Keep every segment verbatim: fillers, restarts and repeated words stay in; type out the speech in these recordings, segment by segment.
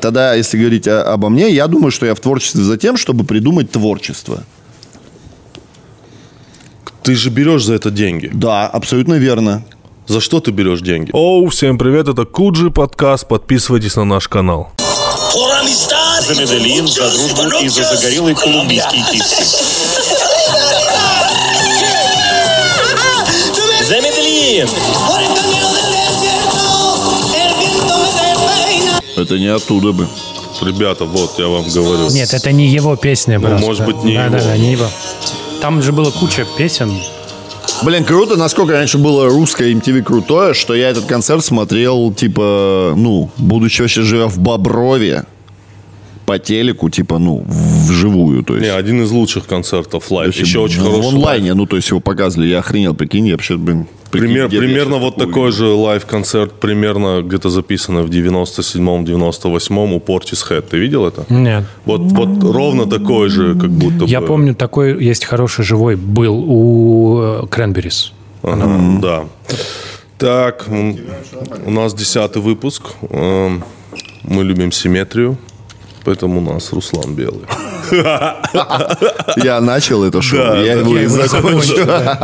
тогда, если говорить о, обо мне, я думаю, что я в творчестве за тем, чтобы придумать творчество. Ты же берешь за это деньги. Да, абсолютно верно. За что ты берешь деньги? Оу, всем привет, это Куджи подкаст, подписывайтесь на наш канал. За Медельин, за дружбу и за загорелые колумбийские кисти. За Медельин! Это не оттуда бы. Ребята, вот я вам говорю. Нет, это не его песня, Ну, просто. может быть, не да, его. Да, да, не его. Там же было куча песен. Блин, круто, насколько раньше было русское эм ти ви крутое, что я этот концерт смотрел, типа, ну, будучи вообще живя в Боброве, по телеку, типа, ну, вживую, то есть. Не, один из лучших концертов лайв. Вообще, Еще очень ну, хороший. в онлайне, ну, то есть его показывали, я охренел, прикинь, я вообще, блин... прикинь, Пример, где примерно я вот такое такой увидел. же лайв-концерт, примерно где-то записано в девяносто седьмом девяносто восьмом у Portishead. Ты видел это? Нет. Вот, вот ровно такой же, как будто Я бы. помню, такой есть хороший живой был у Кренберис. Ага, да. Так, м, у нас десятый выпуск. Эм, Мы любим симметрию, поэтому у нас Руслан Белый. Я начал это шоу, Да, я да, его я и его закончу.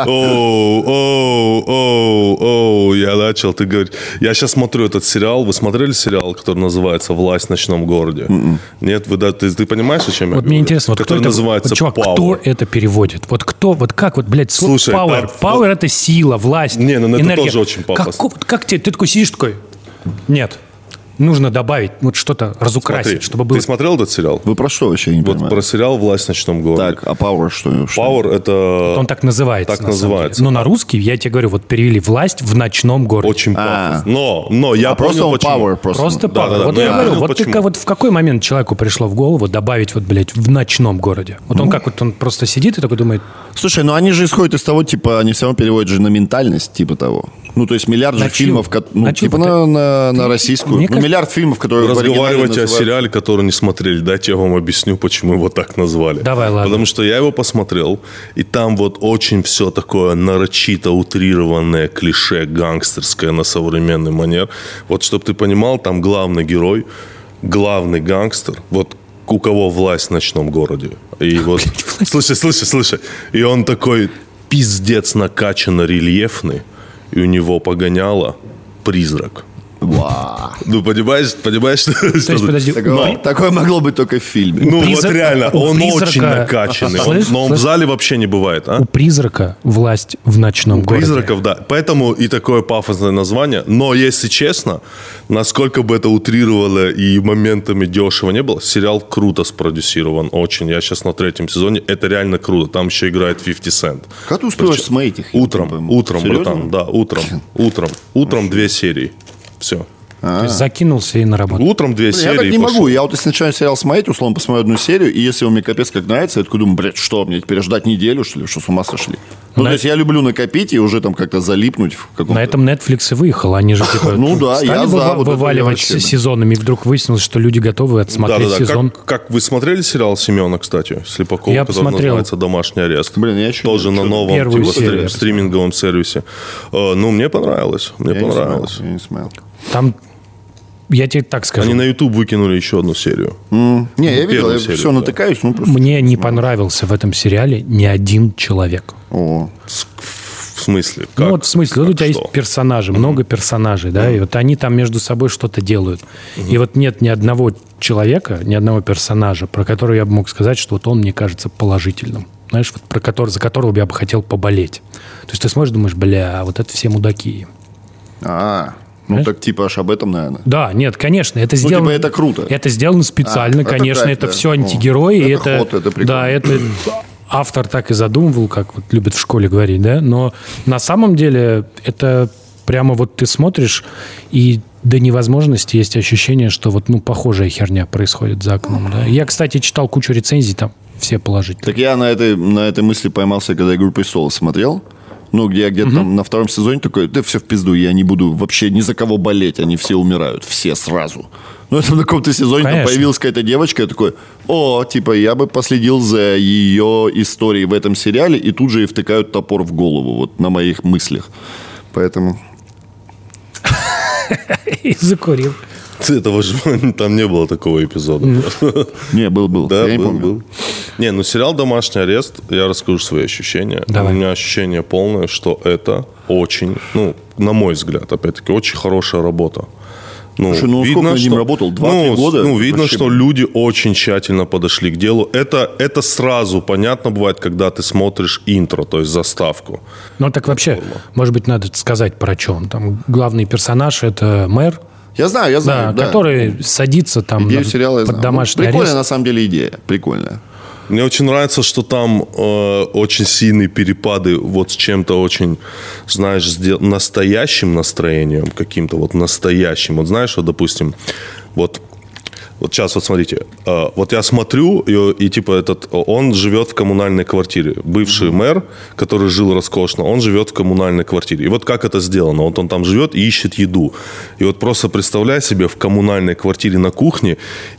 Оу, оу, оу, оу, я начал, ты говоришь. Я сейчас смотрю этот сериал. Вы смотрели сериал, который называется «Власть в ночном городе»? Нет, вы, да, ты, ты понимаешь, о чем я Вот говорю? мне интересно, вот кто который это, называется вот, чувак, Power. кто это переводит? Вот кто, вот как, вот, блядь, слово Слушай, power. там- Power это сила, власть, Не, ну, это энергия. тоже очень пафосно. Как, как тебе, ты такой сидишь такой, нет, нужно добавить, вот что-то разукрасить, Смотри, чтобы было... Ты смотрел этот сериал? Вы про что вообще, я не Вот понимаю? про сериал «Власть в ночном городе». Так, а Power что? что? Power — это Он так называется. Так на самом называется. деле. Но на русский, я тебе говорю, вот перевели «Власть в ночном городе». очень А. пафосно. Но, но я А просто понял, он почему. Power просто. Просто Да, power. да, да, Вот но я я говорю, понял, вот, ты, почему. вот в какой момент человеку пришло в голову добавить вот, блядь, в ночном городе? Вот он как вот он просто сидит и такой думает, Слушай, ну они же исходят из того, типа, они все равно переводят же на ментальность, типа того. Ну, то есть миллиард же На чью? фильмов, ко- ну, На чью? типа Вот на, на, на российскую. мне Ну, кажется- миллиард фильмов, которые Вы в оригинале разговариваете о называются- сериале, который не смотрели. Дайте я вам объясню, почему его так назвали. Давай, ладно. Потому что я его посмотрел, и там вот очень все такое нарочито утрированное, клише, гангстерское на современный манер. Вот, чтобы ты понимал, там главный герой, главный гангстер, вот у кого власть в ночном городе. И вот, слушай, слушай, слушай. И он такой пиздец накачанно рельефный, и у него погоняло призрак. Ва. Ну, понимаешь, понимаешь, что... то есть, подожди, Такое, такое могло быть только в фильме. Ну, призрак- вот реально, у он призрака- очень накачанный. Он- Слышь, но он в слышь? зале вообще не бывает, а? у призрака власть в ночном городе. Призраков, да. Поэтому и такое пафосное название. Но, если честно, насколько бы это утрировало и моментами дешево не было, сериал круто спродюсирован очень. Я сейчас на третьем сезоне. Это реально круто. Там еще играет фифти Cent. Как ты успеваешь смотреть их? Я не Утром, пойму. утром, Серьезно? братан. Да, утром. Утром. Утром две серии. Все. То есть закинулся и на работу. Утром две Блин, серии. я так не и пошел. могу. Я вот если начинаю сериал смотреть, условно посмотрю одну серию, и если он мне капец как нравится, я такой думаю, блядь, что, мне теперь ждать неделю, что ли? Что, с ума сошли? Ну, На- то есть я люблю накопить и уже там как-то залипнуть в каком-то... На этом Netflix и выехал. Они же типа Ну да, стали я за, выва- вот это вываливать я вообще, да. сезонами, и вдруг выяснилось, что люди готовы отсмотреть Да-да-да. сезон. Как, как вы смотрели сериал Семена, кстати, Слепакова, Я который посмотрел. называется «Домашний арест»? Блин, я еще Тоже не- на что-то новом первую типа, серию стри- я стриминговом сервисе. Э, Ну, мне понравилось. Мне Я не понравилось. смотрел, я не смотрел. Там, я тебе так скажу, Они на YouTube выкинули еще одну серию. Не, я видел, первую я серию, все да. натыкаюсь, ну просто... мне не понравился в этом сериале ни один человек. О. В смысле? Как? Ну вот в смысле, вот у Как тебя что? есть персонажи, много персонажей, да, и вот они там между собой что-то делают. И вот нет ни одного человека, ни одного персонажа, про которого я бы мог сказать, что вот он мне кажется положительным. Знаешь, вот про который, за которого я бы хотел поболеть. То есть ты смотришь, думаешь, бля, вот это все мудаки. А, ну Знаешь? так типа аж об этом, наверное. Да, нет, конечно, это сделано... типа, это круто. Это сделано специально, А, это конечно, кайф, это да. все О, антигерои. и это это, ход, это прикольно. да, это автор так и задумывал, как вот любят в школе говорить, да, но на самом деле это прямо вот ты смотришь, и до невозможности есть ощущение, что вот, ну, похожая херня происходит за окном, да. Я, кстати, читал кучу рецензий, там все положительные. Так я на этой, на этой мысли поймался, когда «Игру престолов» смотрел. Ну, где я где-то там на втором сезоне такой, да все в пизду, я не буду вообще ни за кого болеть, они все умирают, все сразу. Ну, это на каком-то сезоне там Конечно. появилась какая-то девочка, я такой, о, типа, я бы последил за ее историей в этом сериале, и тут же ей втыкают топор в голову, вот на моих мыслях. Поэтому... И закурил. Этого же там не было такого эпизода. Не, был, был. Да, Я не был, помню. был. Не, ну сериал «Домашний арест», я расскажу свои ощущения. Давай. У меня ощущение полное, что это очень, ну, на мой взгляд, опять-таки, очень хорошая работа. Ну, Слушай, ну сколько над ним работал? Два-три ну, года? Ну, видно, Вообще, что блин. люди очень тщательно подошли к делу. Это, это сразу понятно бывает, когда ты смотришь интро, то есть заставку. Ну, так вообще, может быть, надо сказать, про что он. Там главный персонаж – это мэр, Я знаю, я да, знаю. да. который садится там Идею на- сериала я под знаю. домашний Прикольная, арест. на самом деле, идея. Прикольная. Мне очень нравится, что там э, очень сильные перепады вот с чем-то очень, знаешь, сдел- настоящим настроением, каким-то вот настоящим. Вот знаешь, вот, допустим, вот, вот сейчас вот смотрите, э, вот я смотрю, и, и типа этот, он живет в коммунальной квартире. Бывший mm-hmm. мэр, который жил роскошно, он живет в коммунальной квартире. И вот как это сделано? Вот он там живет и ищет еду. И вот просто представляй себе в коммунальной квартире на кухне,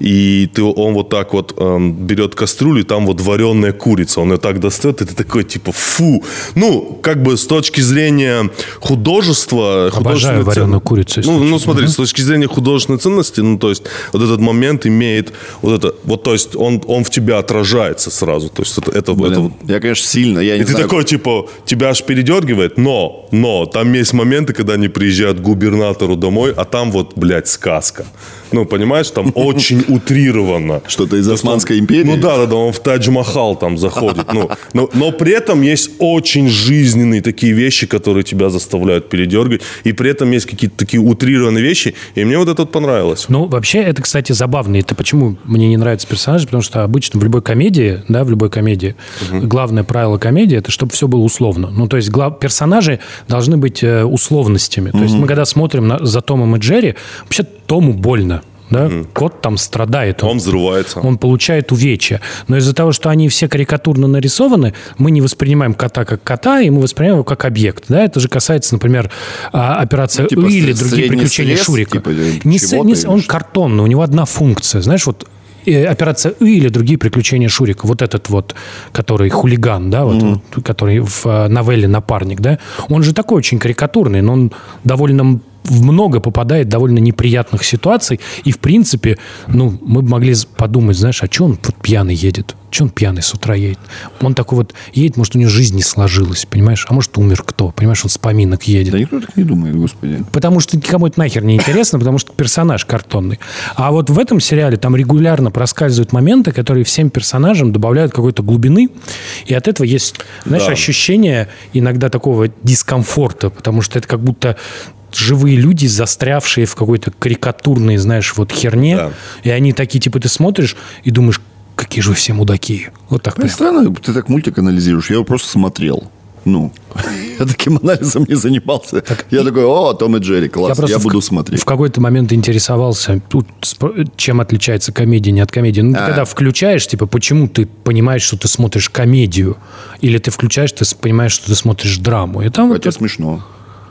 и ты, он вот так вот эм, берет кастрюлю, и там вот вареная курица. Он ее так достает, и ты такой типа фу. Ну, как бы с точки зрения художества... Обожаю вареную цен- курицу, если Ну, ну честно. смотри, с точки зрения художественной ценности, ну, то есть вот этот момент имеет вот это, вот, то есть он, он в тебя отражается сразу. То есть это, это, Блин, это вот. я, конечно, сильно. Я И не ты знаю, такой, типа, тебя аж передергивает, но, но, там есть моменты, когда они приезжают к губернатору домой, а там вот, блядь, сказка. Ну, понимаешь, там очень утрированно. Что-то из То есть он- Османской империи? Ну да, да, да, он в Тадж-Махал там заходит. Ну, но, но при этом есть очень жизненные такие вещи, которые тебя заставляют передергивать. И при этом есть какие-то такие утрированные вещи. И мне вот это вот понравилось. Ну, вообще, это, кстати, забавно. Это почему мне не нравятся персонажи? Потому что обычно в любой комедии, да, в любой комедии, угу. главное правило комедии – это чтобы все было условно. Ну, то есть глав... персонажи должны быть э, условностями. То угу. есть мы, когда смотрим на... за Томом и Джерри, вообще Тому больно. Да? Mm. Кот там страдает. Он, Он, он взрывается. Он получает увечья. Но из-за того, что они все карикатурно нарисованы, мы не воспринимаем кота как кота, и мы воспринимаем его как объект. Да? Это же касается, например, операции типа «Ы» или другие приключения срез, Шурика. Типа, не с, не с, он картонный, у него одна функция. Знаешь, вот операция «Ы» или другие приключения Шурика. Вот этот вот, который хулиган, да, вот, mm. вот, который в новелле «Напарник», да, он же такой очень карикатурный, но он довольно в много попадает довольно неприятных ситуаций. И, в принципе, ну, мы бы могли подумать, знаешь, а что он вот пьяный едет? Что он пьяный с утра едет? Он такой вот едет, может, у него жизнь не сложилась, понимаешь? А может, умер кто? Понимаешь, он с поминок едет. Да никто так не думает, господи. Потому что никому это нахер не интересно, потому что персонаж картонный. А вот в этом сериале там регулярно проскальзывают моменты, которые всем персонажам добавляют какой-то глубины. И от этого есть, знаешь, да. ощущение иногда такого дискомфорта, потому что это как будто живые люди, застрявшие в какой-то карикатурной, знаешь, вот херне. Да. И они такие, типа, ты смотришь и думаешь, какие же вы все мудаки. Вот так. Ну, странно, ты так мультик анализируешь. Я его просто смотрел. Ну, я таким анализом не занимался. Так, я и... такой, о, Том и Джерри, класс, я, я буду в, смотреть. В какой-то момент интересовался, тут, чем отличается комедия не от комедии. Ну, ты когда включаешь, типа, почему ты понимаешь, что ты смотришь комедию? Или ты включаешь, ты понимаешь, что ты смотришь драму. И там Хотя вот смешно.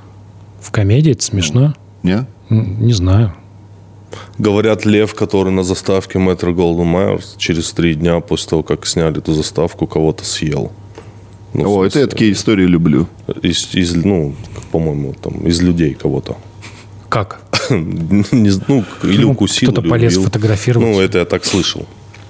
В комедии это смешно? Нет? Не знаю. Говорят, лев, который на заставке Метро Голден Майер, через три дня после того, как сняли эту заставку, кого-то съел. Ну, О, это я такие истории люблю. Из, из, ну, по-моему, там, из людей кого-то. Как? Не, ну, или ну, укусил, кто-то или полез убил. фотографировать. Ну, это я так слышал.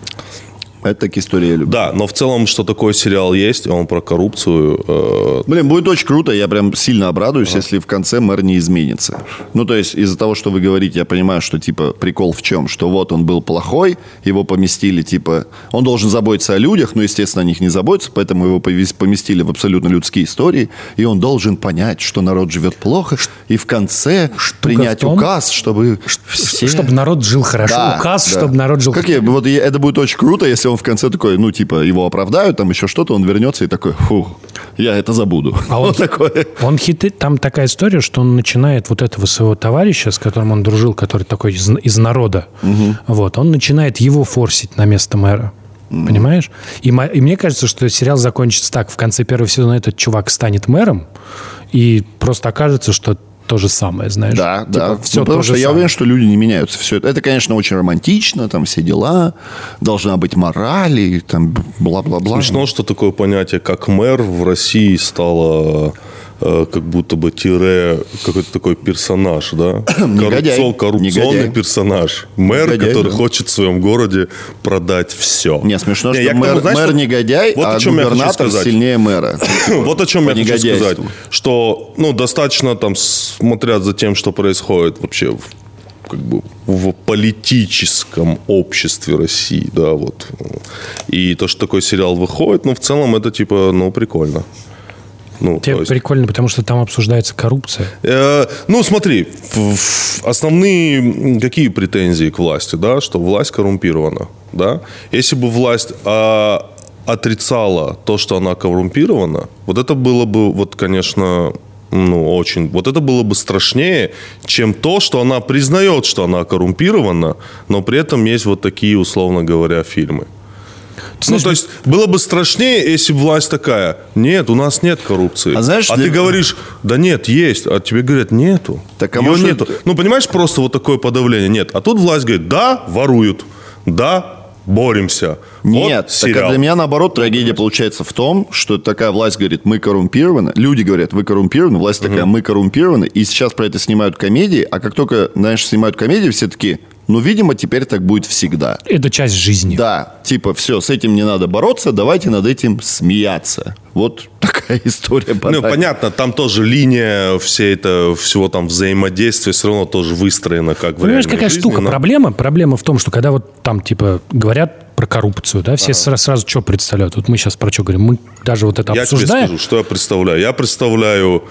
Это такие истории я люблю. Да, но в целом, что такой сериал есть, он про коррупцию. Э... Блин, будет очень круто, я прям сильно обрадуюсь, ага. если в конце мэр не изменится. Ну, то есть, из-за того, что вы говорите, я понимаю, что, типа, прикол в чем? Что вот он был плохой, его поместили, типа... Он должен заботиться о людях, но, естественно, о них не заботится, поэтому его поместили в абсолютно людские истории, и он должен понять, что народ живет плохо, и в конце Штука принять в том, указ, чтобы все... Чтобы народ жил хорошо. Да, указ, да. чтобы народ жил как хорошо. Я, вот это будет очень круто, если он в конце такой, ну, типа, его оправдают, там еще что-то, он вернется и такой, фу, я это забуду. А он, такой. Он хитрит, там такая история, что он начинает вот этого своего товарища, с которым он дружил, который такой из, из народа, угу. вот, он начинает его форсить на место мэра. Mm. Понимаешь? И, и мне кажется, что сериал закончится так. В конце первого сезона этот чувак станет мэром, и просто окажется, что то же самое, знаешь. Да, типа, да. Все ну, потому то что же я самое. уверен, что люди не меняются. Все это, это, конечно, очень романтично, там все дела, должна быть мораль, и там бла-бла-бла. Смешно, что такое понятие, как мэр в России стало э, как будто бы тире, какой-то такой персонаж, да? Негодяй. Коррупцион- коррупционный Негодяй. персонаж. Мэр, Негодяй, который да. хочет в своем городе продать все. Не, смешно, что я к тому, мэр, знаешь, мэр вот- негодяй, вот а о чем я хочу губернатор сказать. сильнее мэра. Вот о чем я По хочу сказать. негодяйству. Что, ну, достаточно там, смотря за тем, что происходит вообще в, как бы, в политическом обществе России, да, вот. И то, что такой сериал выходит, ну, в целом это, типа, ну, прикольно. Ну, Тебе то есть- прикольно, потому что там обсуждается коррупция. Э, ну, смотри, в- в- основные м, какие претензии к власти, да, что власть коррумпирована, да? Если бы власть а, отрицала то, что она коррумпирована, вот это было бы, вот, конечно, ну, очень, вот это было бы страшнее, чем то, что она признает, что она коррумпирована, но при этом есть вот такие, условно говоря, фильмы. Ну, то есть, было бы страшнее, если бы власть такая: нет, у нас нет коррупции. А знаешь, а для- ты говоришь: да нет, есть. А тебе говорят: нету. Так, а Её может, нету. это- Ну, понимаешь, просто вот такое подавление. Нет. А тут власть говорит: да, воруют. Да, боремся. Вот Нет, так сериал. а для меня наоборот трагедия получается в том, что такая власть говорит: мы коррумпированы, люди говорят: вы коррумпированы, власть такая: мы коррумпированы, и сейчас про это снимают комедии, а как только, знаешь, снимают комедии, все такие: ну, видимо, теперь так будет всегда. Это часть жизни. Да, типа, все, с этим не надо бороться, давайте над этим смеяться. Вот такая история. Ну, банальная. понятно, там тоже линия все это, всего там взаимодействия все равно тоже выстроена как в Понимаешь, реальной какая жизни, штука? но- Проблема? Проблема в том, что когда вот там, типа, говорят про коррупцию, да, все сразу, сразу что представляют? Вот мы сейчас про что говорим? Мы даже вот это Я тебе обсуждаем. скажу, что я представляю. Я представляю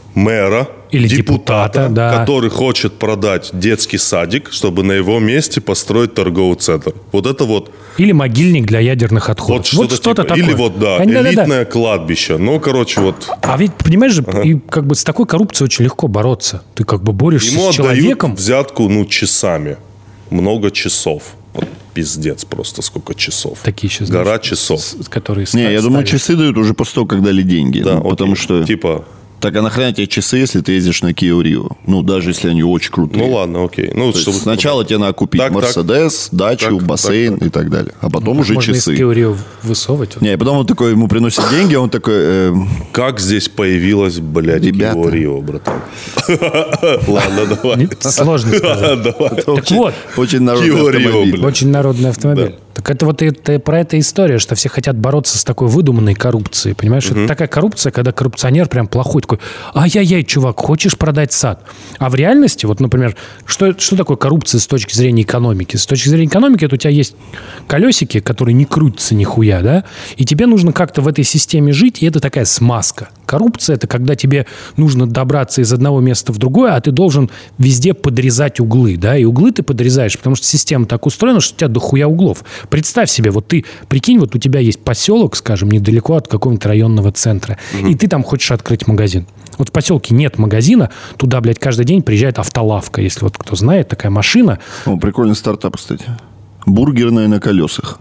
мэра Или депутата, да. который хочет продать детский садик, чтобы на его месте построить торговый центр. Вот это вот, Или могильник для ядерных отходов. вот что-то, что-то типа. такое. Или вот, да, Да-да-да. элитное кладбище. Ну, короче, вот. А ведь, понимаешь же, и как бы с такой коррупцией очень легко бороться. Ты как бы борешься Ему с отдают человеком. взятку, ну, часами. Много часов. Вот пиздец просто, сколько часов. Такие сейчас. Гора знаешь, часов. с- с- которые Не, я ста- думаю, ставят. часы дают уже после того, как дали деньги. Да, Ну, потому окей. что... Типа, Так, а нахрена тебе часы, если ты ездишь на Kia Rio? Ну, даже если они очень крутые. ну ладно, окей. Ну, То есть чтобы- сначала тебе надо купить Так, так. Мерседес, дачу, Так, бассейн так, и так далее. А потом уже Можно из часы. теорию высовывать. Вот. Не, и потом он такой, ему приносят деньги, он такой, э, Как здесь появилась, блядь, Ребята. Kia Rio, братан? Ладно, давай. Не- Сложно сказать. Давай. Так вот, очень народный Kia Rio, автомобиль. блин. очень народный автомобиль. Так это вот это, про это история, что все хотят бороться с такой выдуманной коррупцией. Понимаешь, это такая коррупция, когда коррупционер прям плохой такой: ай-яй-яй, чувак, хочешь продать сад? А в реальности, вот, например, что, что такое коррупция с точки зрения экономики? С точки зрения экономики, это у тебя есть колесики, которые не крутятся нихуя, да? И тебе нужно как-то в этой системе жить, и это такая смазка. Коррупция – это когда тебе нужно добраться из одного места в другое, а ты должен везде подрезать углы, да? И углы ты подрезаешь, потому что система так устроена, что у тебя дохуя углов. Представь себе, вот ты, прикинь, вот у тебя есть поселок, скажем, недалеко от какого-нибудь районного центра, и ты там хочешь открыть магазин. Вот в поселке нет магазина, туда, блядь, каждый день приезжает автолавка, если вот кто знает, такая машина. О, прикольный стартап, кстати. Бургерная на колесах.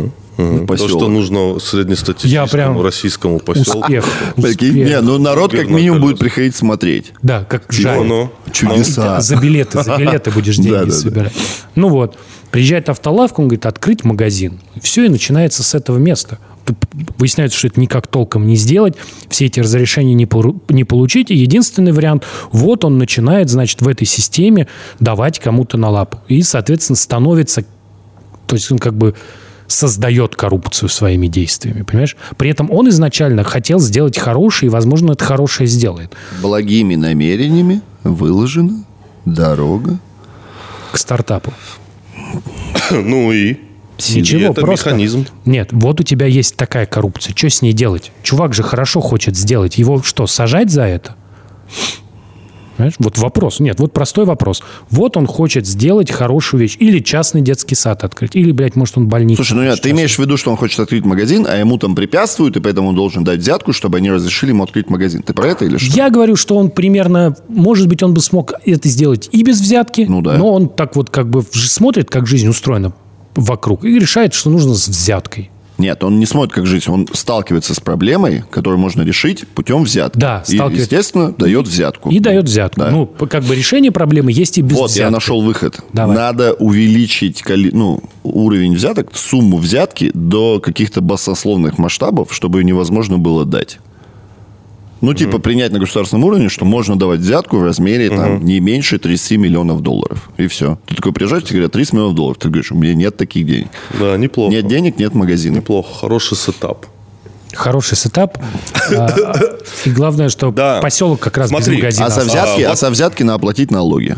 В То, поселок. что нужно Я среднестатистическому прям- российскому поселку. Успех. Прикинь, успех. не, ну народ как Бургер на минимум будет колесах. приходить смотреть. Да, как Ну, жарит. ну. Чудеса. За билеты, за билеты будешь деньги Да, да, да. собирать. Ну вот, приезжает автолавка, он говорит: открыть магазин. И все, и начинается с этого места. П- п- Выясняется, что это никак толком не сделать, все эти разрешения не, пору- не получить. И единственный вариант, вот он начинает, значит, в этой системе давать кому-то на лапу. И, соответственно, становится, то есть он как бы создает коррупцию своими действиями, понимаешь? При этом он изначально хотел сделать хорошее, и, возможно, это хорошее сделает. Благими намерениями выложена дорога. К стартапу. Ну и? Ничего, И это просто... механизм. Нет, вот у тебя есть такая коррупция. Что с ней делать? Чувак же хорошо хочет сделать. Его что, сажать за это? Понимаешь? Вот вопрос. Нет, вот простой вопрос. Вот он хочет сделать хорошую вещь. Или частный детский сад открыть. Или, блядь, может, он больницу. Слушай, ну нет, ты имеешь в виду, что он хочет открыть магазин, а ему там препятствуют, и поэтому он должен дать взятку, чтобы они разрешили ему открыть магазин. Ты про это или что? Я говорю, что он примерно... Может быть, он бы смог это сделать и без взятки. Ну да. Но он так вот как бы в- смотрит, как жизнь устроена вокруг, и решает, что нужно с взяткой. Нет, он не смотрит, как жить. Он сталкивается с проблемой, которую можно решить путем взятки. Да, И, сталкивается. естественно, дает взятку. И дает взятку. Да. Ну, п- как бы решение проблемы есть и без Вот, взятки. я нашел выход. Давай. Надо увеличить коли- ну, уровень взяток, сумму взятки до каких-то баснословных масштабов, чтобы ее невозможно было дать. Ну, типа, mm-hmm. принять на государственном уровне, что можно давать взятку в размере mm-hmm. там, не меньше тридцать миллионов долларов. И все. Ты такой приезжаешь, тебе говорят, тридцать миллионов долларов. Ты говоришь, у меня нет таких денег. Да, неплохо. Нет денег, нет магазина. Неплохо. Хороший сетап. Хороший сетап. И главное, что поселок как раз без магазина. А со взятки надо оплатить налоги.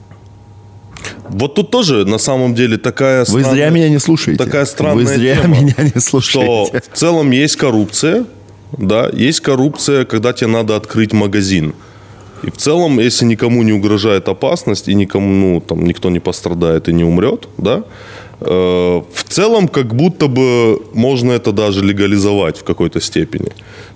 Вот тут тоже, на самом деле, такая странная... Вы зря меня не слушаете. Такая странная Вы зря тема, меня не слушаете. Что в целом есть коррупция, да, есть коррупция, когда тебе надо открыть магазин. И в целом, если никому не угрожает опасность, и никому, ну, там, никто не пострадает и не умрет, да, э, в целом, как будто бы можно это даже легализовать в какой-то степени.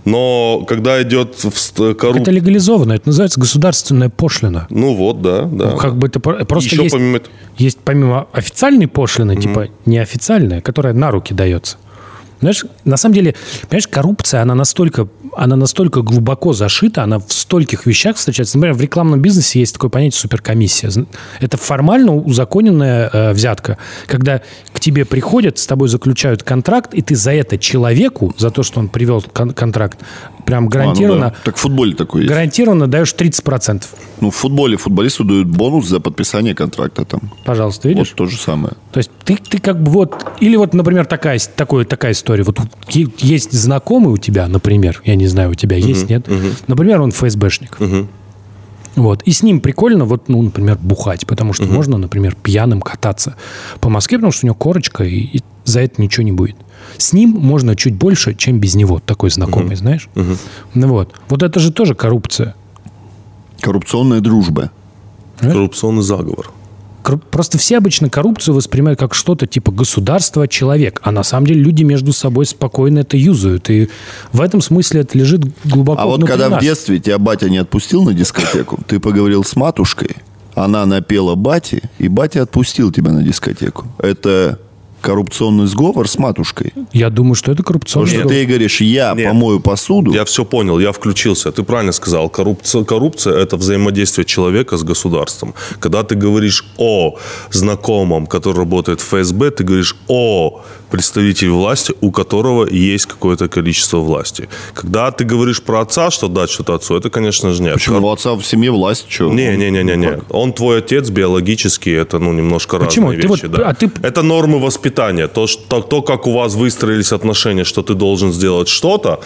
Но когда идет коррупция... Это легализовано, это называется государственная пошлина. Ну вот, да, да. Ну, как бы это просто Еще есть, помимо... есть помимо официальной пошлины, mm-hmm. типа неофициальная, которая на руки дается. Знаешь, на самом деле, понимаешь, коррупция, она настолько, она настолько глубоко зашита, она в стольких вещах встречается. Например, в рекламном бизнесе есть такое понятие суперкомиссия. Это формально узаконенная э, взятка, когда к тебе приходят, с тобой заключают контракт, и ты за это человеку, за то, что он привел кон- контракт, прям гарантированно... А, ну да. Так в футболе такое есть. Гарантированно даешь тридцать процентов. Ну, в футболе футболисту дают бонус за подписание контракта там. Пожалуйста, видишь? Вот то же самое. То есть ты, ты как бы вот... Или вот, например, такая, такой, такая история. Вот есть знакомый у тебя, например, я не знаю, у тебя uh-huh, есть, нет? Uh-huh. Например, он эф эс бэшник. Uh-huh. Вот. И с ним прикольно, вот, ну, например, бухать, потому что uh-huh. можно, например, пьяным кататься по Москве, потому что у него корочка, и, и за это ничего не будет. С ним можно чуть больше, чем без него, такой знакомый, uh-huh. знаешь? Uh-huh. Ну, вот. Вот это же тоже коррупция. Коррупционная дружба. Знаешь? Коррупционный заговор. Просто все обычно коррупцию воспринимают как что-то типа государство, человек. А на самом деле люди между собой спокойно это юзают. И в этом смысле это лежит глубоко А вот внутри когда нас. В детстве тебя батя не отпустил на дискотеку, ты поговорил с матушкой, она напела бате, и батя отпустил тебя на дискотеку. Это... коррупционный сговор с матушкой. Я думаю, что это коррупционный сговор. Потому что ты говоришь, я Нет. помою посуду. Я все понял, я включился. Ты правильно сказал. Коррупция, коррупция – это взаимодействие человека с государством. Когда ты говоришь о знакомом, который работает в эф эс бэ, ты говоришь о представителе власти, у которого есть какое-то количество власти. Когда ты говоришь про отца, что дать что-то отцу, это, конечно же, нет. Почему? У отца в семье власть, что? Не-не-не-не. Ну, Он твой отец биологически, это ну, немножко Почему? разные Ты вещи. Вот, да. а ты... Это нормы воспитания. То, что, то, как у вас выстроились отношения, что ты должен сделать что-то,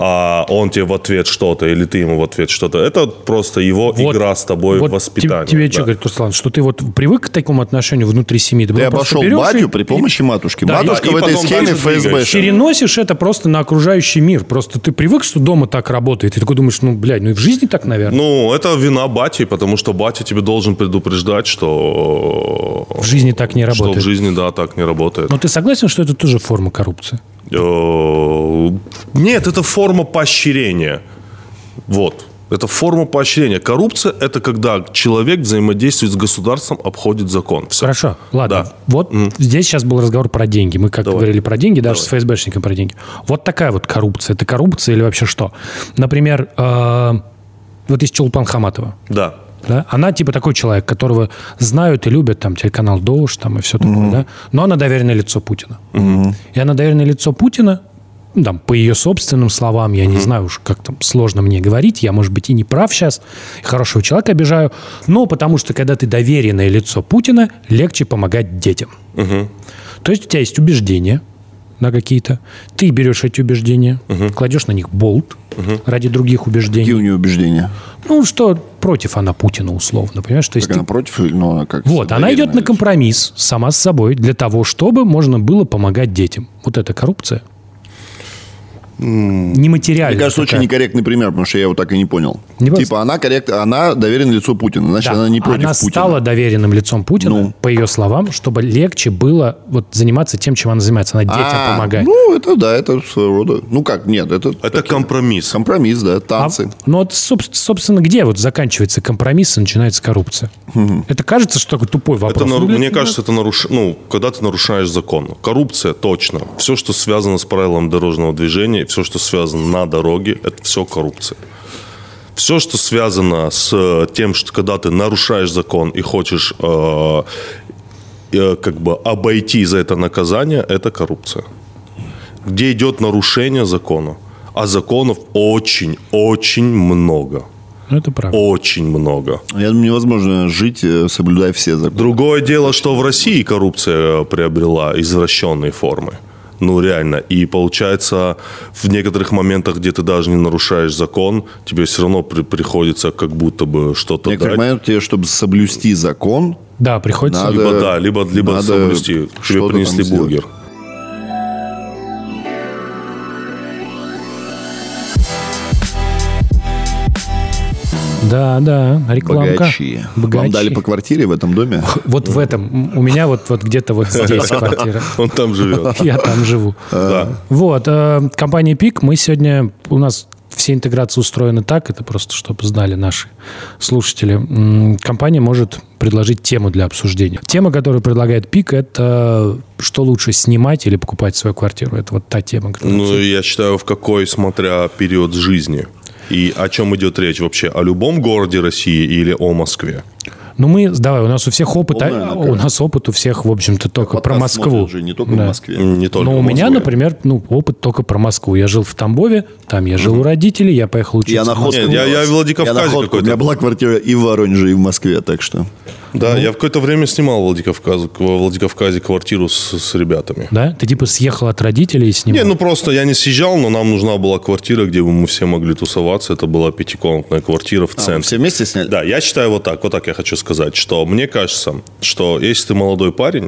а он тебе в ответ что-то, или ты ему в ответ что-то, это просто его вот, игра с тобой вот в воспитании. Тебе, тебе да. что говорит, Руслан, что ты вот привык к такому отношению внутри семьи? Ты, ты обошел батю и... при помощи матушки. Да, Матушка и, в этой схеме эф эс бэ. Переносишь это просто на окружающий мир. Просто ты привык, что дома так работает. И ты такой думаешь, ну, блядь, ну и в жизни так, наверное. Ну, это вина бати, потому что батя тебе должен предупреждать, что... В жизни так не работает. Что в жизни, да, так не работает. Но ты согласен, что это тоже форма коррупции? Нет, это форма поощрения. Вот. Это форма поощрения. Коррупция – это когда человек взаимодействует с государством, обходит закон. Все. Хорошо, ладно. Да. Вот mm. здесь сейчас был разговор про деньги. Мы как говорили про деньги, даже Давай. с эф эс бэшником про деньги. Вот такая вот коррупция. Это коррупция или вообще что? Например, э, вот есть Чулпан Хаматова. Да. Да? Она типа такой человек, которого знают и любят, там, телеканал «Дождь» там, и все такое, mm-hmm. да? Но она доверенное лицо Путина. Mm-hmm. И она доверенное лицо Путина, ну, там, по ее собственным словам, я mm-hmm. не знаю уж, как там сложно мне говорить, я, может быть, и не прав сейчас, хорошего человека обижаю, но потому что, когда ты доверенное лицо Путина, легче помогать детям. Mm-hmm. То есть у тебя есть убеждения, на какие-то, ты берешь эти убеждения, uh-huh. кладешь на них болт uh-huh. ради других убеждений. Какие у нее убеждения? Ну, что против она Путина, условно, понимаешь? То есть так ты... она против, но она как... Вот, она идет на компромисс сама с собой для того, чтобы можно было помогать детям. Вот это коррупция. Нематериальная. Мне кажется, такая. Очень некорректный пример, потому что я его так и не понял. Не типа, просто... она коррект, она доверенное лицо Путина, значит, да. она не против она Путина. Она стала доверенным лицом Путина, ну. по ее словам, чтобы легче было вот заниматься тем, чем она занимается. Она детям а, помогает. Ну, это да, это своего рода. Ну как, нет, это... Это такие... компромисс. Компромисс, да, танцы. А, ну, вот, собственно, где вот заканчивается компромисс и начинается коррупция? Угу. Это кажется, что такой тупой вопрос. Это, ну, мне кажется, это наруш... ну, когда ты нарушаешь закон. Коррупция, точно. Все, что связано с правилом дорожного движения, все, что связано на дороге, это все коррупция. Все, что связано с тем, что когда ты нарушаешь закон и хочешь э, э, как бы обойти за это наказание, это коррупция. Где идет нарушение закона. А законов очень-очень много. Это правда. Очень много. Я думаю, невозможно жить, э, соблюдая все законы. Другое дело, что в России коррупция приобрела извращенные формы. Ну, реально. И получается, в некоторых моментах, где ты даже не нарушаешь закон, тебе все равно при- приходится как будто бы что-то В некоторых дать. моментах тебе, чтобы соблюсти закон, Да, приходится. Надо- Либо да, либо, либо надо соблюсти. Тебе что-то принесли там бургер. Да, да, рекламка. богачи. Богачи. Вам дали по квартире в этом доме? Вот в этом. У меня вот, вот где-то вот здесь квартира. Он там живет. Я там живу. Да. Вот, э, компания Пик, мы сегодня, у нас все интеграции устроены так, это просто, чтобы знали наши слушатели. М, Компания может предложить тему для обсуждения. Тема, которую предлагает Пик, это что лучше, снимать или покупать свою квартиру. Это вот та тема, которая... Ну, я считаю, в какой, смотря период жизни. И о чем идет речь вообще? О любом городе России или о Москве? Ну, мы, давай, у нас у всех опыт, а, Полная у нас опыт у всех, в общем-то, только про Подкаст Москву. смотрят же не только Да. в Москве. Не только Но у в меня, Москве. например, ну, опыт только про Москву. Я жил в Тамбове, там я жил у родителей, я поехал учиться. Я на в Москву. ходку. Нет, я- я в Владикавказе Я на ходку. какой-то. У меня была квартира и в Воронеже, и в Москве, так что... Да, я в какое-то время снимал в Владикавказе, во Владикавказе квартиру с, с ребятами. Да? Ты типа съехал от родителей и снимал? Не, ну просто я не съезжал, но нам нужна была квартира, где бы мы все могли тусоваться. Это была пятикомнатная квартира в А, вы центре. все вместе сняли? Да, я считаю вот так, вот так я хочу сказать, что мне кажется, что если ты молодой парень,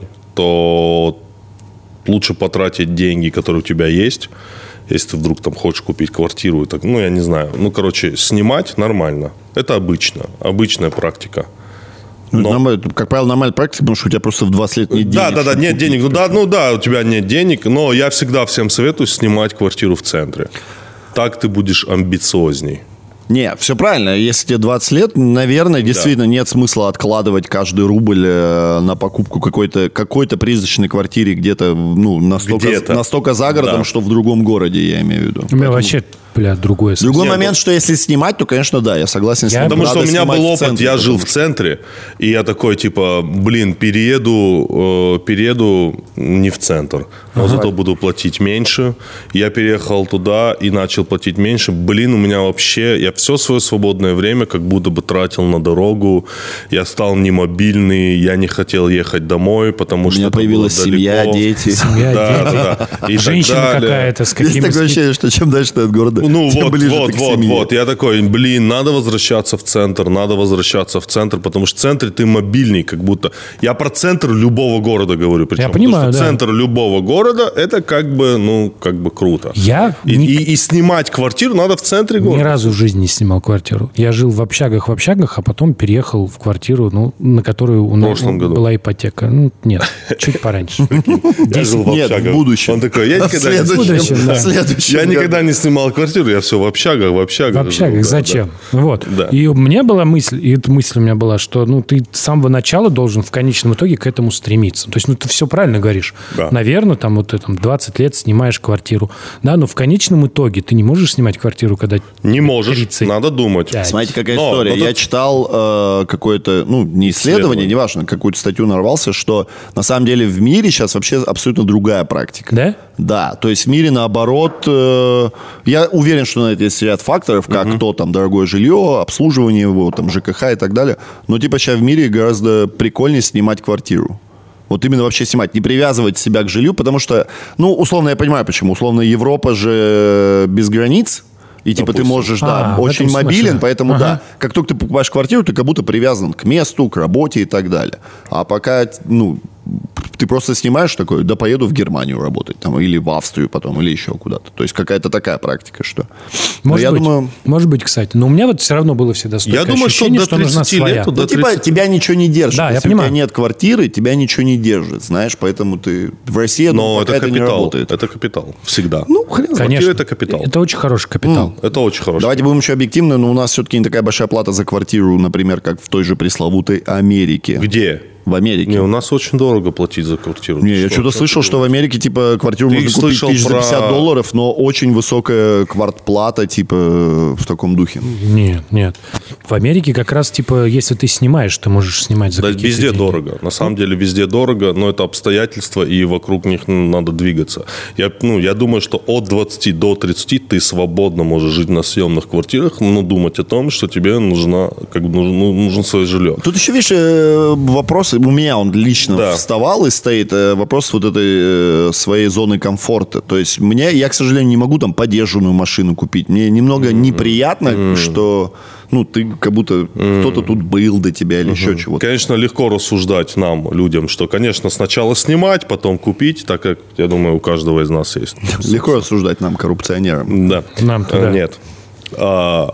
то лучше потратить деньги, которые у тебя есть, если ты вдруг там хочешь купить квартиру, и так, ну, я не знаю, ну, короче, снимать нормально. Это обычно, обычная практика. Ну, Но- нормально, как правило, нормальная практика, потому что у тебя просто в двадцать лет нет Да, денег. да, да, чтобы нет купить. денег. Ну да, ну да, у тебя нет денег, но я всегда всем советую снимать квартиру в центре. Так ты будешь амбициозней. Не, все правильно. Если тебе двадцать лет, наверное, действительно нет смысла откладывать каждый рубль э, на покупку какой-то, какой-то призрачной квартиры где-то, ну, настолько, Где-то. настолько за городом, Да. что в другом городе, я имею в виду. У меня вообще, бля, другое. Другой Нет, момент, что если снимать, то, конечно, да, я согласен с Я- ним. Потому что Надо у меня снимать был в опыт, центре, я жил потому в что- центре, и я такой, типа, блин, перееду, э, перееду не в центр, но зато буду платить меньше. Я переехал туда и начал платить меньше. Блин, у меня вообще, я все свое свободное время как будто бы тратил на дорогу. Я стал немобильный, я не хотел ехать домой, потому У что меня это было появилась семья, далеко. дети. Семья, Да, дети. да, да. И так Женщина далее. какая-то с Есть какими... такое ощущение, что чем дальше ты от города, Ну тем вот, ближе вот, ты к вот, семье. вот. Я такой, блин, надо возвращаться в центр, надо возвращаться в центр, потому что в центре ты мобильный, как будто. Я про центр любого города говорю. Причем, Я понимаю, потому что да. центр любого города это как бы, ну, как бы круто. Я И, ни- и- и снимать квартиру надо в центре Ни города. разу в жизни не снимал квартиру. Я жил в общагах, в общагах, а потом переехал в квартиру, ну, на которую у нас прошлом году. была ипотека. Ну, нет, чуть пораньше. Я жил в Нет, в общагах. будущем. Он такой, я В никогда, не, следующем, будущем, да. в следующем я году. никогда не снимал квартиру, я все в общагах, в общагах. В общагах, жил, да, зачем? да. Вот. Да. И у меня была мысль, и эта мысль у меня была, что ну, ты с самого начала должен в конечном итоге к этому стремиться. То есть, ну, ты все правильно говоришь. Да. Наверное, там вот ты, там, двадцать лет снимаешь квартиру. Да, но в конечном итоге ты не можешь снимать квартиру, когда Не можешь, тридцать. надо думать. Да. Смотрите, какая Но, история. но Я тут- читал э, какое-то, ну, не исследование, Исследование. неважно, какую-то статью нарвался, что на самом деле в мире сейчас вообще абсолютно другая практика. Да? Да, то есть в мире наоборот, э, я уверен, что на это есть ряд факторов, как то там дорогое жилье, обслуживание его, там ЖКХ и так далее. Но типа сейчас в мире гораздо прикольнее снимать квартиру. Вот именно вообще снимать, не привязывать себя к жилью, потому что, ну, условно я понимаю, почему. Условно Европа же без границ, и типа ты Допустим. можешь, да, А, в очень этом смысле. мобилен, поэтому Ага. да, как только ты покупаешь квартиру, ты как будто привязан к месту, к работе и так далее. А пока, ну, ты просто снимаешь такой, да поеду в Германию работать, там, или в Австрию потом, или еще куда-то. То есть какая-то такая практика, что... Но Может я быть, думаю... может быть, кстати. Но у меня вот все равно было всегда стойкое Я думаю, что ощущение, до что нужна тридцати своя. лет, Ну, до типа, тридцати. тебя ничего не держит. Да, я Если понимаю. у тебя нет квартиры, тебя ничего не держит, знаешь, поэтому ты... В России, я думаю, Но пока это это не капитал. работает. Это капитал. Всегда. Ну, хрен знает. Конечно. это капитал. Это очень хороший капитал. Это очень хорошо. Давайте будем еще объективны, но у нас все-таки не такая большая плата за квартиру, например, как в той же пресловутой Америке. Где? В Америке. Не, у нас очень дорого платить платить за квартиру. Не, я что-то слышал, что в Америке, типа, квартиру Ты можно купить слышал тысяч за про- пятьдесят долларов, но очень высокая квартплата, типа, в таком духе. Нет, нет. В Америке как раз, типа, если ты снимаешь, ты можешь снимать за Да, какие-то везде деньги. дорого. На самом деле везде дорого, но это обстоятельства, и вокруг них надо двигаться. Я, ну, я думаю, что от двадцати до тридцати ты свободно можешь жить на съемных квартирах, но думать о том, что тебе нужна, как бы, нужно, ну, нужно свое жилье. Тут еще, видишь, э, вопрос, у меня он лично Да. вставал и стоит, э, вопрос вот этой э, своей зоны комфорта. То есть мне, я, к сожалению, не могу там подержанную машину купить. Мне немного неприятно, mm. что, ну, ты как будто mm. кто-то тут был до тебя или mm-hmm. еще чего-то. Конечно, легко рассуждать нам, людям, что, конечно, сначала снимать, потом купить, так как, я думаю, у каждого из нас есть. Легко рассуждать нам, коррупционерам. Да. Нам-то да. Нет. А,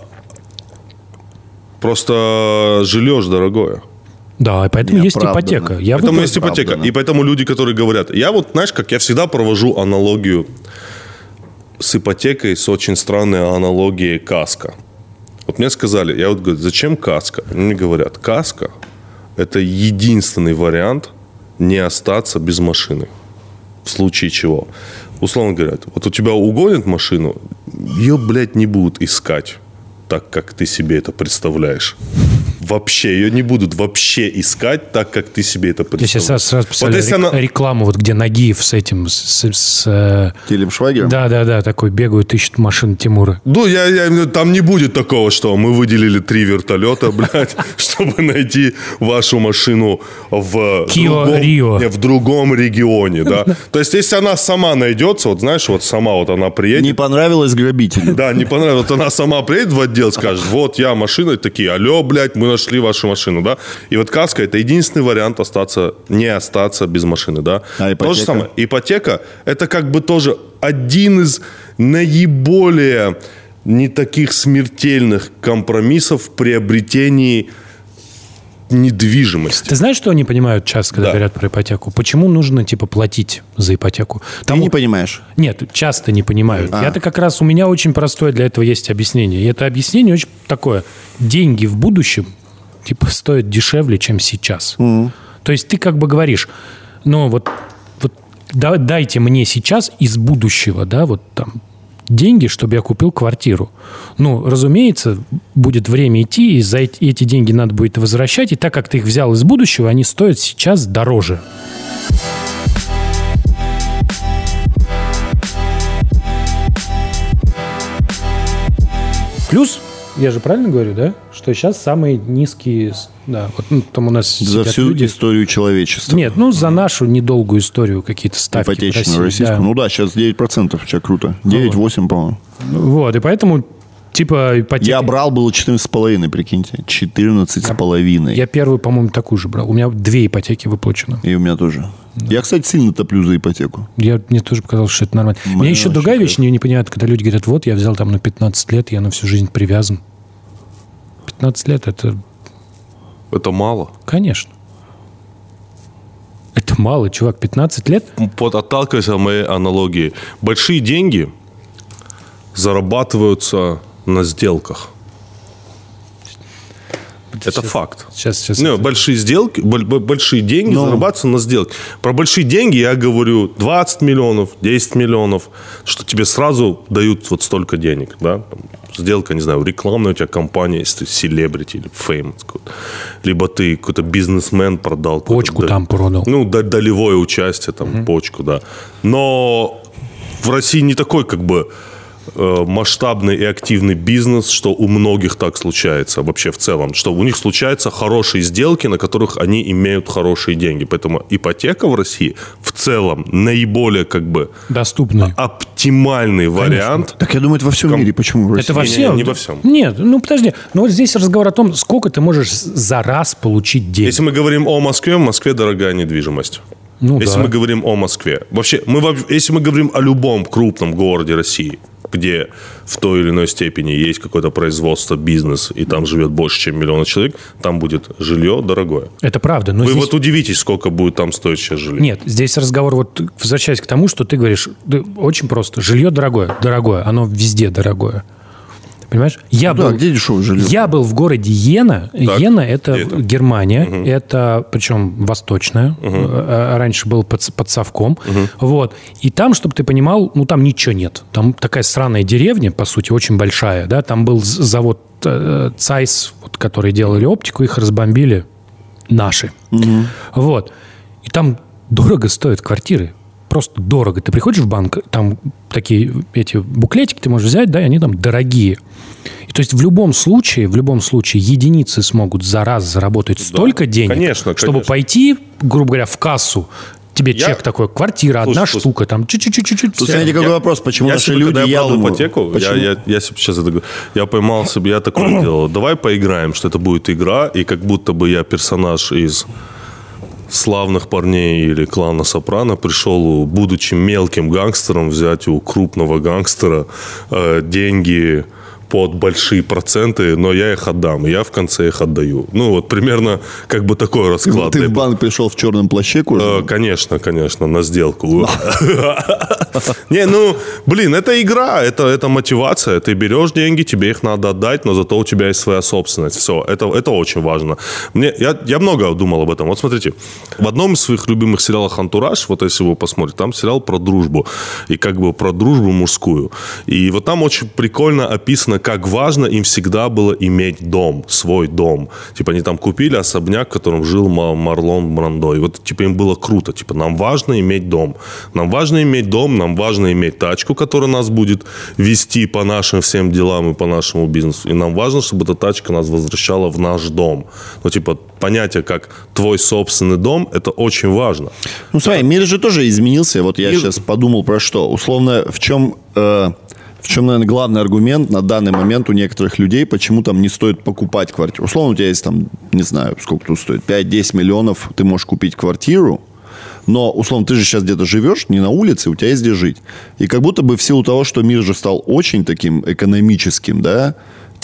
просто жилье ж дорогое. Да, и поэтому Не, есть правда, ипотека. да. Я Поэтому выбрал- есть ипотека. правда, да. И поэтому люди, которые говорят... Я вот, знаешь, как я всегда провожу аналогию с ипотекой, с очень странной аналогией каска. Вот мне сказали, я вот говорю, зачем каска? Они мне говорят, каска – это единственный вариант не остаться без машины. В случае чего. Условно говоря, вот у тебя угонят машину, ее, блядь, не будут искать так, как ты себе это представляешь. Вообще, ее не будут вообще искать так, как ты себе это Я себе представляешь. сразу, сразу представляю Вот если рек- она- рекламу, вот где Нагиев с этим, с, с, э, Тилем Швайгером? да-да-да, такой бегают, ищут машину Тимура. Ну, я, я, там не будет такого, что мы выделили три вертолета, блядь, чтобы найти вашу машину в Kia другом, Rio. не, в другом регионе, да. То есть, если она сама найдется, вот знаешь, вот сама вот она приедет, Не понравилось грабителю. да, не понравилось, вот она сама приедет в отдел, скажет, вот я машина, и такие, алло, блядь, мы нашли вашу машину, да. И вот каска – это единственный вариант остаться, не остаться без машины, да. А ипотека? То же самое. Ипотека – это как бы тоже один из наиболее не таких смертельных компромиссов в приобретении недвижимости. Ты знаешь, что они понимают часто, когда Да. говорят про ипотеку? Почему нужно, типа, платить за ипотеку? Ты не понимаешь. Нет, часто не понимают. А. Я-то как раз, у меня очень простое для этого есть объяснение. И это объяснение очень такое. Деньги в будущем, типа, стоят дешевле, чем сейчас. Mm. То есть ты как бы говоришь, ну вот, вот да- дайте мне сейчас из будущего, да, вот там, деньги, чтобы я купил квартиру. Ну, разумеется, будет время идти, и за эти, эти деньги надо будет возвращать, и так как ты их взял из будущего, они стоят сейчас дороже. Плюс, я же правильно говорю, да, что сейчас самые низкие, да, вот ну, там у нас За сидят всю люди. историю человечества. Нет, ну за нашу недолгую историю какие-то ставки в Ипотечную, России, российскую. да. Ну да, сейчас девять процентов. Сейчас круто. девять-восемь, по-моему. Вот, и поэтому, типа, ипотека... Я брал, было четырнадцать с половиной, прикиньте. четырнадцать с половиной. Я первую, по-моему, такую же брал. У меня две ипотеки выплачено. И у меня тоже. Я, кстати, сильно топлю за ипотеку. Я, мне тоже показалось, что это нормально. Мне Мне еще вообще другая кайф. вещь не, не понимают, когда люди говорят, вот, я взял там на пятнадцать лет, я на всю жизнь привязан. пятнадцать лет, это, Это мало. конечно. Это мало, чувак, пятнадцать лет? Вот отталкиваясь от моей аналогии, большие деньги зарабатываются на сделках. Это Сейчас- факт. Сейчас, сейчас. Не, это- большие сделки, боль- боль- большие деньги Ну. зарабатываются на сделке. Про большие деньги я говорю двадцать миллионов, десять миллионов, что тебе сразу дают вот столько денег, да? Там сделка, не знаю, рекламная у тебя компания, если ты селебрити или фейм, либо ты какой-то бизнесмен продал. Почку какой-то, там продал. Ну, до- долевое участие, там, Мгм. почку, да. Но в России не такой, как бы, э, масштабный и активный бизнес, что у многих так случается вообще в целом, что у них случаются хорошие сделки, на которых они имеют хорошие деньги. Поэтому ипотека в России в целом наиболее как бы Доступный. оптимальный вариант. Так я думаю, это во всем Ком- мире. Почему в России? Это во Не, не, всем? не во всем. Нет, ну подожди. Ну вот здесь разговор о том, сколько ты можешь за раз получить денег. Если мы говорим о Москве, в Москве дорогая недвижимость. Ну Если да. мы говорим о Москве. Вообще, мы, во- если мы говорим о любом крупном городе России, где в той или иной степени есть какое-то производство, бизнес, и там живет больше, чем миллион человек, там будет жилье дорогое. Это правда. Но Вы здесь... вот удивитесь, сколько будет там стоить сейчас жилье. Нет, здесь разговор, вот возвращаясь к тому, что ты говоришь, да, очень просто. Жилье дорогое, дорогое, оно везде дорогое. Понимаешь? Я Ну был, да, где дешевое жилье? Я был в городе Йена. Так, Йена – это, это? Германия. Угу. Это, причем, восточная. Угу. Раньше был под, под Совком. Угу. Вот. И там, чтобы ты понимал, ну, там ничего нет. Там такая сраная деревня, по сути, очень большая. Да? Там был завод э, Цайс, вот, которые делали оптику, их разбомбили наши. Угу. Вот. И там дорого стоят квартиры. Просто дорого. Ты приходишь в банк, там такие эти буклетики ты можешь взять, да, и они там дорогие. И, то есть в любом случае, в любом случае единицы смогут за раз заработать да, столько денег, конечно, чтобы конечно. пойти, грубо говоря, в кассу. Тебе я... чек такой, квартира, слушай, одна слушай. штука, там чуть-чуть-чуть. Тут, смотрите, какой я, вопрос, почему я наши себе, люди, когда я я брал думаю, ипотеку, я, я, я сейчас это, я поймал себе, я такое делал, давай поиграем, что это будет игра, и как будто бы я персонаж из славных парней или клана Сопрано пришел, будучи мелким гангстером, взять у крупного гангстера э, деньги под большие проценты, но я их отдам, и я в конце их отдаю. Ну, вот примерно как бы такой расклад. Ты в банк пришел в черном плаще, э, Конечно, конечно, на сделку. Не, ну, блин, это игра, это, это мотивация. Ты берешь деньги, тебе их надо отдать, но зато у тебя есть своя собственность. Все, это, это очень важно. Мне, я, я много думал об этом. Вот смотрите, в одном из своих любимых сериалов «Антураж», вот если вы посмотрите, там сериал про дружбу. И как бы про дружбу мужскую. И вот там очень прикольно описано, как важно им всегда было иметь дом, свой дом. Типа они там купили особняк, в котором жил Марлон Брандо. И вот типа им было круто. Типа нам важно иметь дом. Нам важно иметь дом, нам важно иметь тачку, которая нас будет вести по нашим всем делам и по нашему бизнесу. И нам важно, чтобы эта тачка нас возвращала в наш дом. Ну, типа, понятие, как твой собственный дом, это очень важно. Ну, смотри, мир же тоже изменился. Вот я мир... сейчас подумал про что. Условно, в чем... Э... В чем, наверное, главный аргумент на данный момент у некоторых людей, почему там не стоит покупать квартиру. Условно, у тебя есть там, не знаю, сколько тут стоит, пять-десять миллионов, ты можешь купить квартиру, но, условно, ты же сейчас где-то живешь, не на улице, у тебя есть где жить. И как будто бы в силу того, что мир же стал очень таким экономическим, да,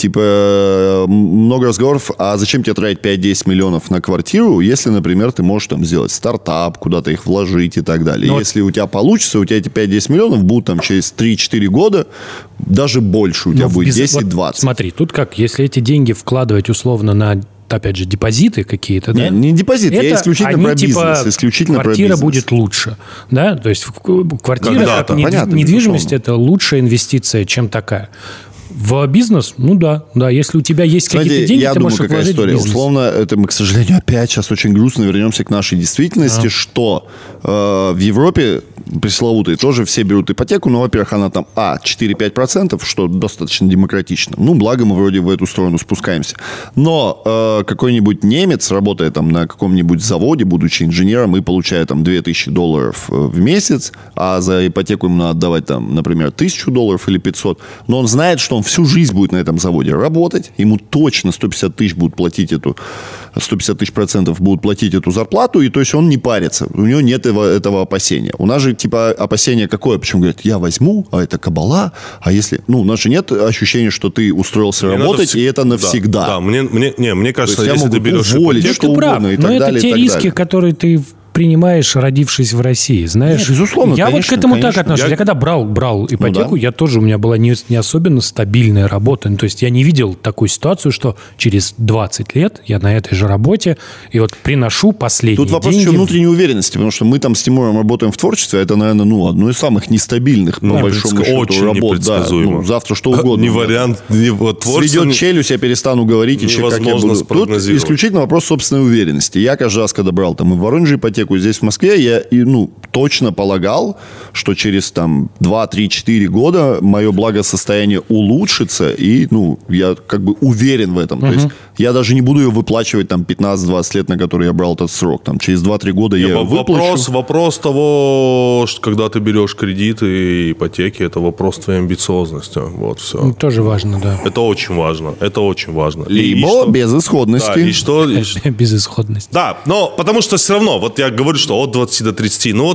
типа, много разговоров, а зачем тебе тратить пять-десять миллионов на квартиру, если, например, ты можешь там сделать стартап, куда-то их вложить и так далее. Но если у тебя получится, у тебя эти пять-десять миллионов будут там через три-четыре года, даже больше у тебя будет десять-двадцать. Вот, смотри, тут как, если эти деньги вкладывать условно на, опять же, депозиты какие-то, не, да? Не депозит, это я исключительно они, про бизнес. Типа, исключительно квартира про бизнес. будет лучше, да? То есть квартира, да, как да, недвиж... понятно, недвижимость, безусловно. это лучшая инвестиция, чем такая. В бизнес, ну да, да, если у тебя есть Знаете, какие-то деньги, я ты думаю, можешь их какая вложить история. в бизнес. Условно, это мы, к сожалению, опять сейчас очень грустно вернемся к нашей действительности, а. что э, в Европе пресловутые тоже все берут ипотеку, но, во-первых, она там, а, четыре-пять процентов, что достаточно демократично. Ну, благо мы вроде в эту сторону спускаемся. Но э, какой-нибудь немец, работая там на каком-нибудь заводе, будучи инженером, и получая там две тысячи долларов в месяц, а за ипотеку ему надо отдавать там, например, тысячу долларов или пятьсот, но он знает, что он всю жизнь будет на этом заводе работать, ему точно сто пятьдесят тысяч будут платить эту, сто пятьдесят тысяч процентов будут платить эту зарплату, и то есть он не парится, у него нет этого, этого опасения. У нас же типа опасение какое? Почему говорят, я возьму, а это кабала, а если... Ну, у нас же нет ощущения, что ты устроился мне работать, и это навсегда. Да, да. Мне, мне, не, мне кажется, если ты берешь уволить, ипотеку, что ты прав, угодно, и но так это далее, те и так риски, далее. которые ты принимаешь, родившись в России, знаешь. Нет, безусловно, я конечно, вот к этому конечно. так отношусь. Я, я когда брал, брал ипотеку, ну, да. я тоже, у меня была не, не особенно стабильная работа. То есть я не видел такую ситуацию, что через двадцать лет я на этой же работе и вот приношу последние Тут вопрос деньги. еще внутренней уверенности, потому что мы там с Тимуром работаем в творчестве, а это, наверное, ну, одно из самых нестабильных, по Не, большому счету, очень работ. Да, непредсказуемо. ну, завтра что угодно. Не вариант. Не, вот, Сведет челюсть, я перестану говорить, и че, как я буду. Тут исключительно вопрос собственной уверенности. Я каждый раз, когда брал там и в Воронеже ипотеку, и здесь в Москве, я и, ну, точно полагал, что через там два-три-четыре года мое благосостояние улучшится, и, ну, я как бы уверен в этом. Uh-huh. То есть я даже не буду ее выплачивать там пятнадцать-двадцать лет, на которые я брал этот срок. Там через два-три года я ее выплачу. Вопрос, вопрос того, что когда ты берешь кредиты и ипотеки, это вопрос твоей амбициозности. Вот все. Ну, тоже важно, да. Это очень важно. Это очень важно. Либо что, безысходности. Да, и что, и что... Безысходность. Да, но потому что все равно, вот я говорю, что от двадцати до тридцати, ну вот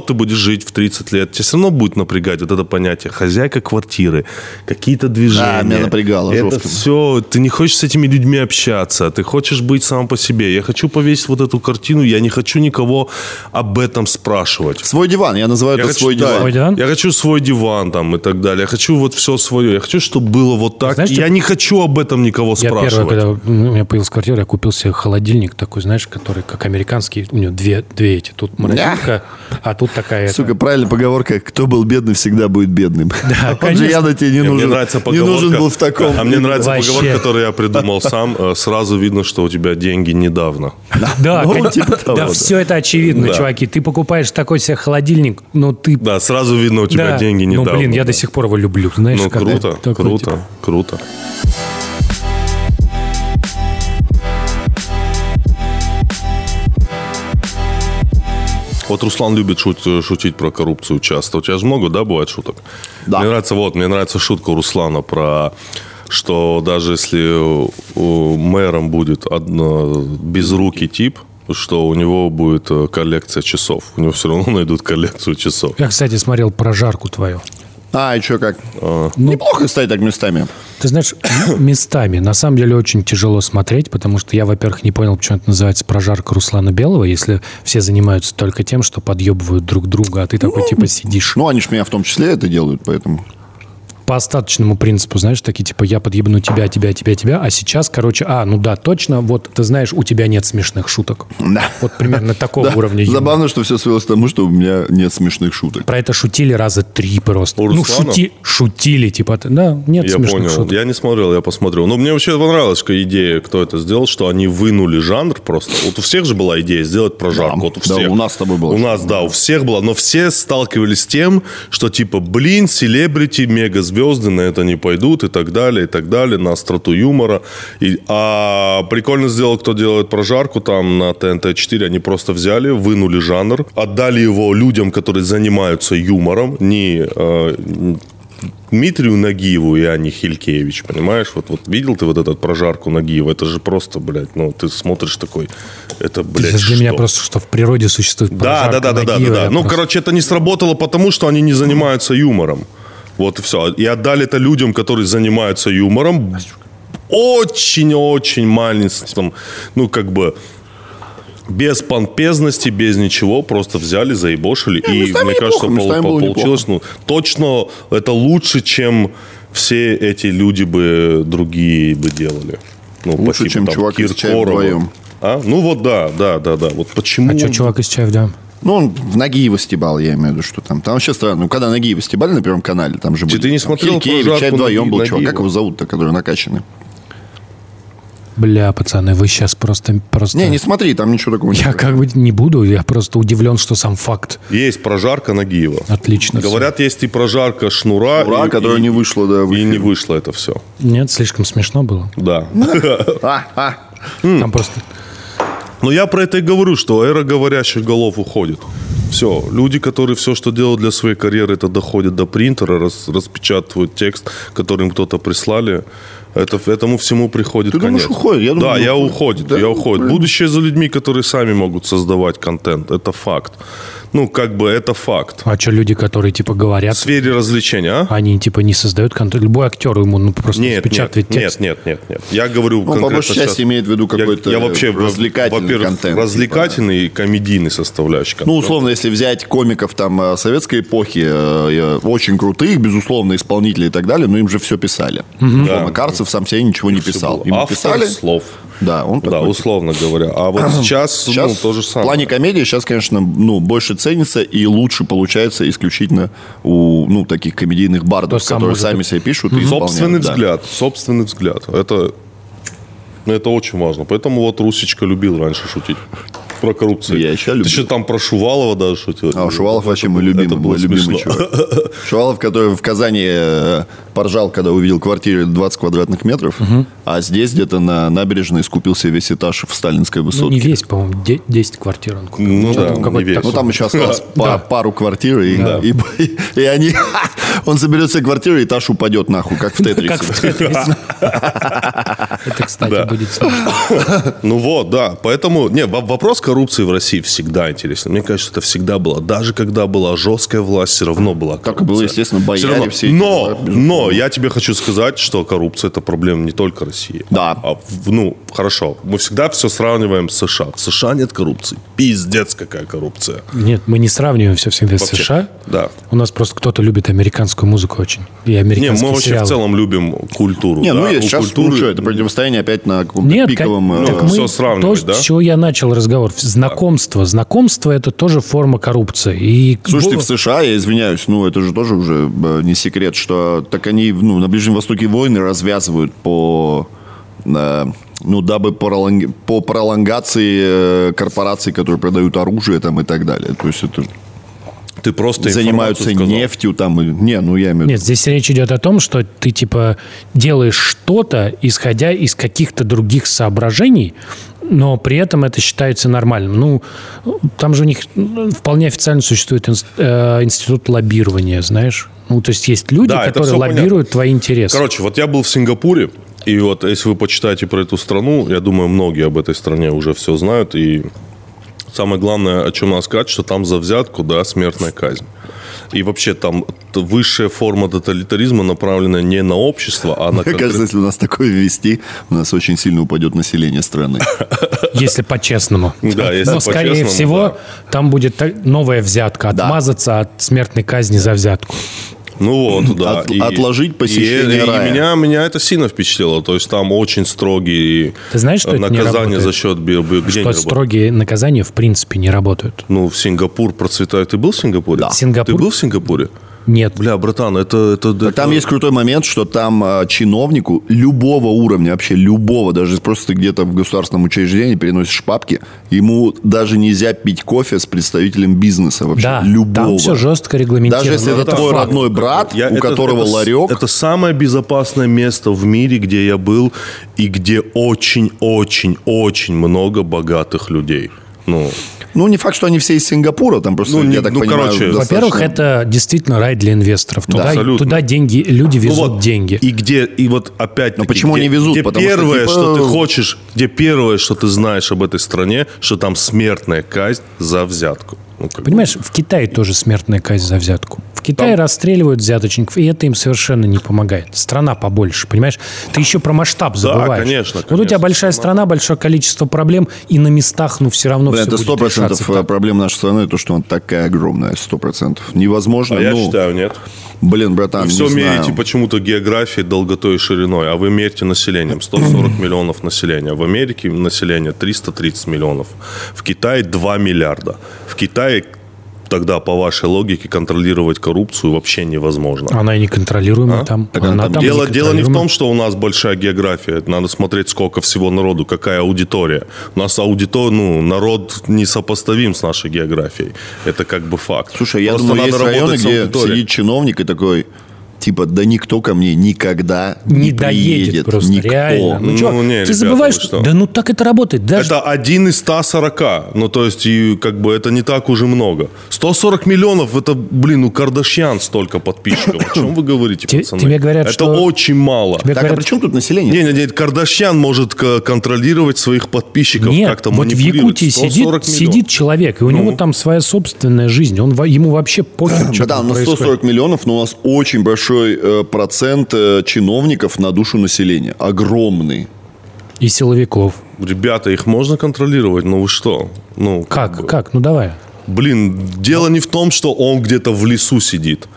ты будешь жить в тридцать лет, тебе все равно будет напрягать вот это понятие хозяйка квартиры, какие-то движения. Да, меня напрягало Это жестко. все, ты не хочешь с этими людьми общаться, ты хочешь быть сам по себе. Я хочу повесить вот эту картину, я не хочу никого об этом спрашивать. Свой диван, я называю Я это хочу, свой да, диван. Свой диван? Я хочу свой диван там и так далее. Я хочу вот все свое. Я хочу, чтобы было вот так. Знаешь, И что- я не хочу об этом никого Я спрашивать. первый, когда ну, у меня появилась квартира, я купил себе холодильник такой, знаешь, который как американский. У него две, две эти. Тут морозилка, а тут такая... Сука, это- правильная поговорка: кто был бедный, всегда будет бедным. Да, Он же конечно. явно тебе не Не, нужен, мне нравится не поговорка. нужен был в таком. А мне нравится Вообще. поговорка, которую я придумал сам. Э, Сразу видно, что у тебя деньги недавно. Да, Ну, кон- типа того, да, да. все это очевидно, Да. чуваки. Ты покупаешь такой себе холодильник, но ты... Да, сразу видно, у тебя Да. деньги недавно. Ну, блин, я да. до сих пор его люблю. Знаешь, Ну, когда круто, такой, круто, типа, круто. Вот Руслан любит шут- шутить про коррупцию часто. У тебя же много, да, бывает шуток? Да. Мне нравится, вот, мне нравится шутка у Руслана про, что даже если у- мэром будет одно, безрукий тип, что у него будет э, коллекция часов. У него все равно найдут коллекцию часов. Я, кстати, смотрел прожарку твою. А, и что, как? А. Неплохо, кстати, так местами. Ты знаешь, местами. На самом деле очень тяжело смотреть, потому что я, во-первых, не понял, почему это называется прожарка Руслана Белого, если все занимаются только тем, что подъебывают друг друга, а ты такой типа сидишь. Ну, они ж меня в том числе это делают, поэтому... По остаточному принципу, знаешь, такие типа я подъебну тебя, тебя, тебя, тебя, а сейчас, короче, а, ну да, точно, вот ты знаешь, у тебя нет смешных шуток. Да. Вот примерно такого Да. уровня юмора. Забавно, что все свелось к тому, что у меня нет смешных шуток. Про это шутили раза три просто. У ну, Руслана? шути, шутили, типа, ты- да, нет Я смешных понял. шуток. Я не смотрел, я посмотрел. Но мне вообще понравилась какая идея, кто это сделал, что они вынули жанр просто. Вот у всех же была идея сделать прожарку. Да, вот у да, всех. у нас с тобой было. У нас, да, у всех была. Но все сталкивались с тем, что типа, блин, селебрити, мегазвезды на это не пойдут и так далее, и так далее, на остроту юмора. И, а прикольно сделал, кто делает прожарку там на тэ эн тэ четыре. Они просто взяли, вынули жанр, отдали его людям, которые занимаются юмором, не... э, Дмитрию Нагиеву и Ане Хилькевич, понимаешь? Вот, вот видел ты вот этот прожарку Нагиева? Это же просто, блядь, ну, ты смотришь такой, это, блядь, Сейчас для что? меня просто, что в природе существует Да, да, прожарка да, да, да, да, Нагиева, да. я Ну, просто- короче, это не сработало потому, что они не занимаются юмором. Вот и все. И отдали это людям, которые занимаются юмором. Очень-очень маленьким, ну, как бы... Без помпезности, без ничего, просто взяли, заебошили. И местами мне кажется, неплохо, местами пол- было получилось, ну, точно это лучше, чем все эти люди бы другие бы делали. Ну, по Лучше, типу, чем там, чувак из «Чая Киркорова. вдвоем». А? Ну вот да, да, да, да. Вот почему... А что, чувак из Чаев, да? Ну, он в Нагиева стебал, я имею в виду, что там. Там вообще странно. Ну, когда Нагиева стебали на Первом канале, там же Ты- были... ты не там смотрел Хилькевич, «Прожарку» «Чай вдвоем» был Наги- чувак. Как Нагиева? его зовут-то, который накачанный? Бля, пацаны, вы сейчас просто... просто... Не, не смотри, там ничего такого Я нет. как бы не буду, я просто удивлен, что сам факт. Есть прожарка Нагиева. Отлично. Говорят, есть и прожарка Шнура. Ура, и- которая и- не вышла, да, в И эфир. не вышло это все. всё. Нет, слишком смешно было. Да. А, а. Там просто... Но я про это и говорю, что эра говорящих голов уходит. Все. Люди, которые все, что делают для своей карьеры, это доходят до принтера, рас- распечатывают текст, который им кто-то прислали. Это, этому всему приходит Ты конец. думаешь, уходит? Я да, думаю, я уходит. уходит. Да, я уходит. блин. Будущее за людьми, которые сами могут создавать контент. Это факт. Ну, как бы это факт. А что, люди, которые типа В говорят, сфере развлечения, а? они типа не создают контент. Любой актер ему ну, просто Нет, нет, распечатывает нет, текст. нет, нет, нет. Я говорю Ну, по конкретно большей части сейчас- имеет в виду Я- какой-то я вообще, развлекательный во-первых, контент, развлекательный и комедийный составляющий Ну, контента. условно, если взять комиков там э, советской эпохи, э, э, очень крутых, безусловно, исполнителей и так далее, но им же все писали. Условно, Да. Карцев сам себе ничего не писал. Был Ему автор писали. слов. Да, он Да, такой. условно говоря. А вот сейчас, Сейчас ну, то же в самое. плане комедии сейчас, конечно, ну, больше ценится и лучше получается исключительно у ну, таких комедийных бардов, Кто сам которые может- сами себе пишут и исполняют. Собственный да. взгляд. Собственный взгляд. Это, ну, это очень важно. Поэтому вот Русечка любил раньше шутить про коррупцию. Я еще Ты люблю. еще там про Шувалова даже шутил. А, Шувалов Это вообще было- мой любимый, это было мой любимый смешно. чувак. Шувалов, который в Казани э, поржал, когда увидел квартиру двадцать квадратных метров, а здесь где-то на набережной скупил себе весь этаж в сталинской Ну, высотке. не весь, по-моему, де- десять квартир он купил. Ну Что-то да, какой-то не весь. такой. Ну, там еще осталось па- пару квартир, и, Да. и, и они Он заберет себе квартиру, и этаж упадет нахуй, как в Тетрисе. Как в Тетрисе. Это, кстати, будет смешно. Ну вот, да. Поэтому, не, вопрос коррупции в России всегда интересен. Мне кажется, это всегда было. Даже когда была жесткая власть, все равно была коррупция. Как и было, естественно, Всё бояре равно. все. эти, Но, да, безусловно. но я тебе хочу сказать, что коррупция – это проблема не только России. Да. А, в- ну, хорошо. Мы всегда все сравниваем с США. В США нет коррупции. Пиздец, какая коррупция. Нет, мы не сравниваем все всегда с Вообще, США. да. У нас просто кто-то любит американскую музыку очень. И Не, американские мы вообще сериалы. в целом любим культуру. Не, да? ну, У есть сейчас, культуры- ну, что, это противостояние опять на каком-то Нет, пиковом... как- э, так ну, мы, всё сравнивать, то, да? с чего я начал разговор. Знакомство. Знакомство – это тоже форма коррупции. И Слушайте, бо- в США, я извиняюсь, ну, это же тоже уже э, не секрет, что так они, ну, на Ближнем Востоке войны развязывают по... э, ну, дабы по, пролонг- по пролонгации э, корпораций, которые продают оружие там и так далее. То есть это Ты просто занимаются информацию сказал. нефтью там. И, не, ну я имею в виду. Нет, здесь речь идет о том, что ты типа делаешь что-то, исходя из каких-то других соображений, но при этом это считается нормальным. Ну, там же у них ну, вполне официально существует инс- э, институт лоббирования, знаешь. Ну, то есть есть люди, Да, это которые всё лоббируют понятно. твои интересы. Короче, вот я был в Сингапуре, и вот если вы почитаете про эту страну, я думаю, многие об этой стране уже все знают, и самое главное, о чем надо сказать, что там за взятку, да, смертная казнь. И вообще там т- высшая форма тоталитаризма направлена не на общество, а на Мне конкрет- кажется, если у нас такое ввести, у нас очень сильно упадет население страны. Если по-честному. Да, если Но, скорее по-честному, всего, да. там будет та- новая взятка. Да. Отмазаться от смертной казни за взятку. Ну вот, да. От- отложить посещение и, и рая. меня, меня это сильно впечатлило. То есть там очень строгие Ты знаешь, что это не наказания работает? за счет би- би- где Что не работают? строгие наказания в принципе не работают. Ну, в Сингапур процветает. Ты был в Сингапуре? Да. Сингапур? Ты был в Сингапуре? Нет. Бля, братан, это... это, это- Там есть крутой момент, что там э, чиновнику любого уровня, вообще любого, даже если просто ты где-то в государственном учреждении переносишь папки, ему даже нельзя пить кофе с представителем бизнеса вообще. Да, любого. там все жестко регламентировано. Даже если это твой факт. родной брат, Я- у это- которого это с- ларек. Это самое безопасное место в мире, где я был, и где очень-очень-очень много богатых людей. Ну, Ну, не факт, что они все из Сингапура, там просто, Ну, я не- так ну, понимаю, короче, достаточно- Во-первых, это действительно рай для инвесторов. Туда, абсолютно. туда деньги, люди везут ну вот, деньги. И где, и вот опять-таки... Но почему где, они везут? Где Потому что, первое, типа, что ты хочешь, где первое, что ты знаешь об этой стране, что там смертная казнь за взятку. Ну, как бы. Понимаешь, в Китае тоже смертная казнь за взятку. В Китае Там- расстреливают взяточников, и это им совершенно не помогает. Страна побольше, понимаешь? Ты еще про масштаб забываешь. конечно, Вот у тебя конечно, большая страна, большое количество проблем, и на местах, ну, все равно Бля, все это будет сто процентов решаться так. проблема нашей страны, то, что она такая огромная, сто процентов. Невозможно, А я ну, считаю, нет. блин, братан, Вы не все знаю. меряете почему-то географией, долготой и шириной, а вы меряете населением. сто сорок миллионов населения. В Америке население триста тридцать миллионов. В Китае два миллиарда. В Китае тогда, по вашей логике, контролировать коррупцию вообще невозможно. Она и не контролируемая А? там. Так она Она там там Дело, дело не в неконтролируемая. том, что у нас большая география. Это надо смотреть, сколько всего народу, какая аудитория. У нас аудитория, ну, народ несопоставим с нашей географией. Это как бы факт. Слушай, я Просто думаю, есть надо районы, работать с где аудиторией. сидит чиновник и такой, типа, да никто ко мне никогда не, Не доедет приедет. просто, никто. реально. Ну, Ну, чувак, не, ты ребята, забываешь, вы что... что? Да ну так это работает. Даже Это один из ста сорока. Ну, то есть, и, как бы, это не так уже много. сто сорок миллионов, это, блин, у Кардашьян столько подписчиков. О чем вы говорите, Те- пацаны? тебе говорят, это что- очень мало. тебе Так, а говорят, при чем тут население? Не, не, не, Кардашьян может к- контролировать своих подписчиков, Нет, как-то вот в манипулировать. Якутии сто сидит, сорок миллионов. сидит человек, и у него там своя собственная жизнь. Он, во- ему вообще похер, что Да, там у нас сто происходит. сорок миллионов, но у нас очень большой э, процент э, чиновников на душу населения. Огромный. И силовиков. Ребята, их можно контролировать, ну вы что? Ну, Как? бы. Как? Ну давай. Блин, дело не в том, что он где-то в лесу сидит.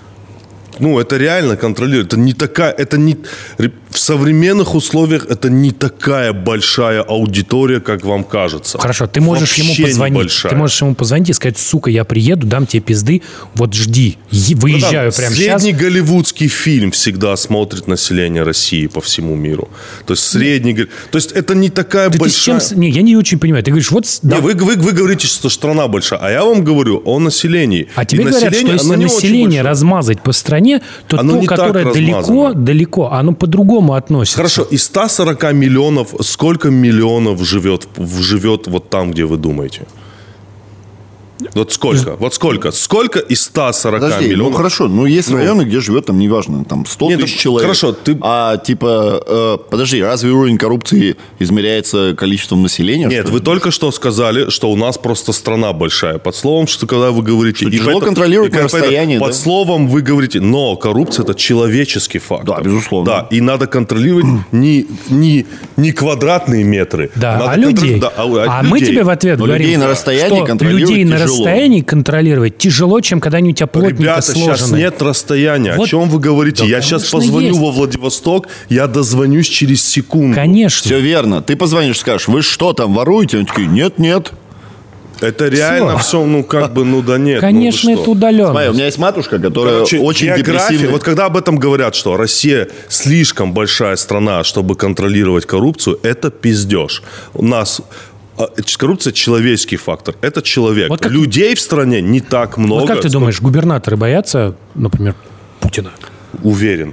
Ну, это реально контролирует. Это не такая, это не... В современных условиях это не такая большая аудитория, как вам кажется. Хорошо, ты можешь Вообще ему позвонить. небольшая. Ты можешь ему позвонить и сказать, сука, я приеду, дам тебе пизды, вот жди. Е- Выезжаю Братан, прямо сейчас. средний голливудский фильм всегда смотрит население России по всему миру. То есть средний... гол- То есть это не такая Да ты с большая... чем... с- Не, я не очень понимаю. Ты говоришь, вот... с- Не, да, вы, вы, вы говорите, что страна большая, а я вам говорю о населении. А И тебе говорят, что население, если оно не очень население большое. размазать по стране, то Оно то, не так которое далеко, размазано. далеко, оно по-другому относится. Хорошо, из ста сорока миллионов, сколько миллионов живет, в- живет вот там, где вы думаете? Вот сколько? Вот сколько? Сколько из ста сорока Подожди, миллионов? ну хорошо, ну есть районы, где живет, там, неважно, там сто Нет, тысяч ну, человек. хорошо, ты- А типа, э, подожди, разве уровень коррупции измеряется количеством населения? Нет, что вы ли? только что сказали, что у нас просто страна большая. Под словом, что когда вы говорите... Что и тяжело поэтому- контролировать и на поэтому расстоянии, Под да? словом вы говорите, но коррупция – это человеческий фактор. Да, безусловно. Да, и надо контролировать не, не, не квадратные метры. Да, надо а людей? контр- да, а, а мы людей. тебе в ответ Но говорим, людей на расстоянии что контролировать людей на тяжело. расстоянии контролировать тяжело, чем когда они у тебя плотненько Ребята, сложены. сейчас нет расстояния. Вот. О чем вы говорите? Да, я сейчас конечно, позвоню есть. во Владивосток, я дозвонюсь через секунду. Конечно. Все верно. Ты позвонишь, скажешь, вы что там, воруете? Они такие, нет, нет. Это реально все, ну как бы, ну да нет. Конечно, ну, вы это что? удаленно. Смотри, у меня есть матушка, которая Короче, очень география, депрессивная. вот когда об этом говорят, что Россия слишком большая страна, чтобы контролировать коррупцию, это пиздеж. У нас а, коррупция – человеческий фактор. Это человек. Вот как- Людей в стране не так много. Вот как ты думаешь, губернаторы боятся, например, Путина? Уверен.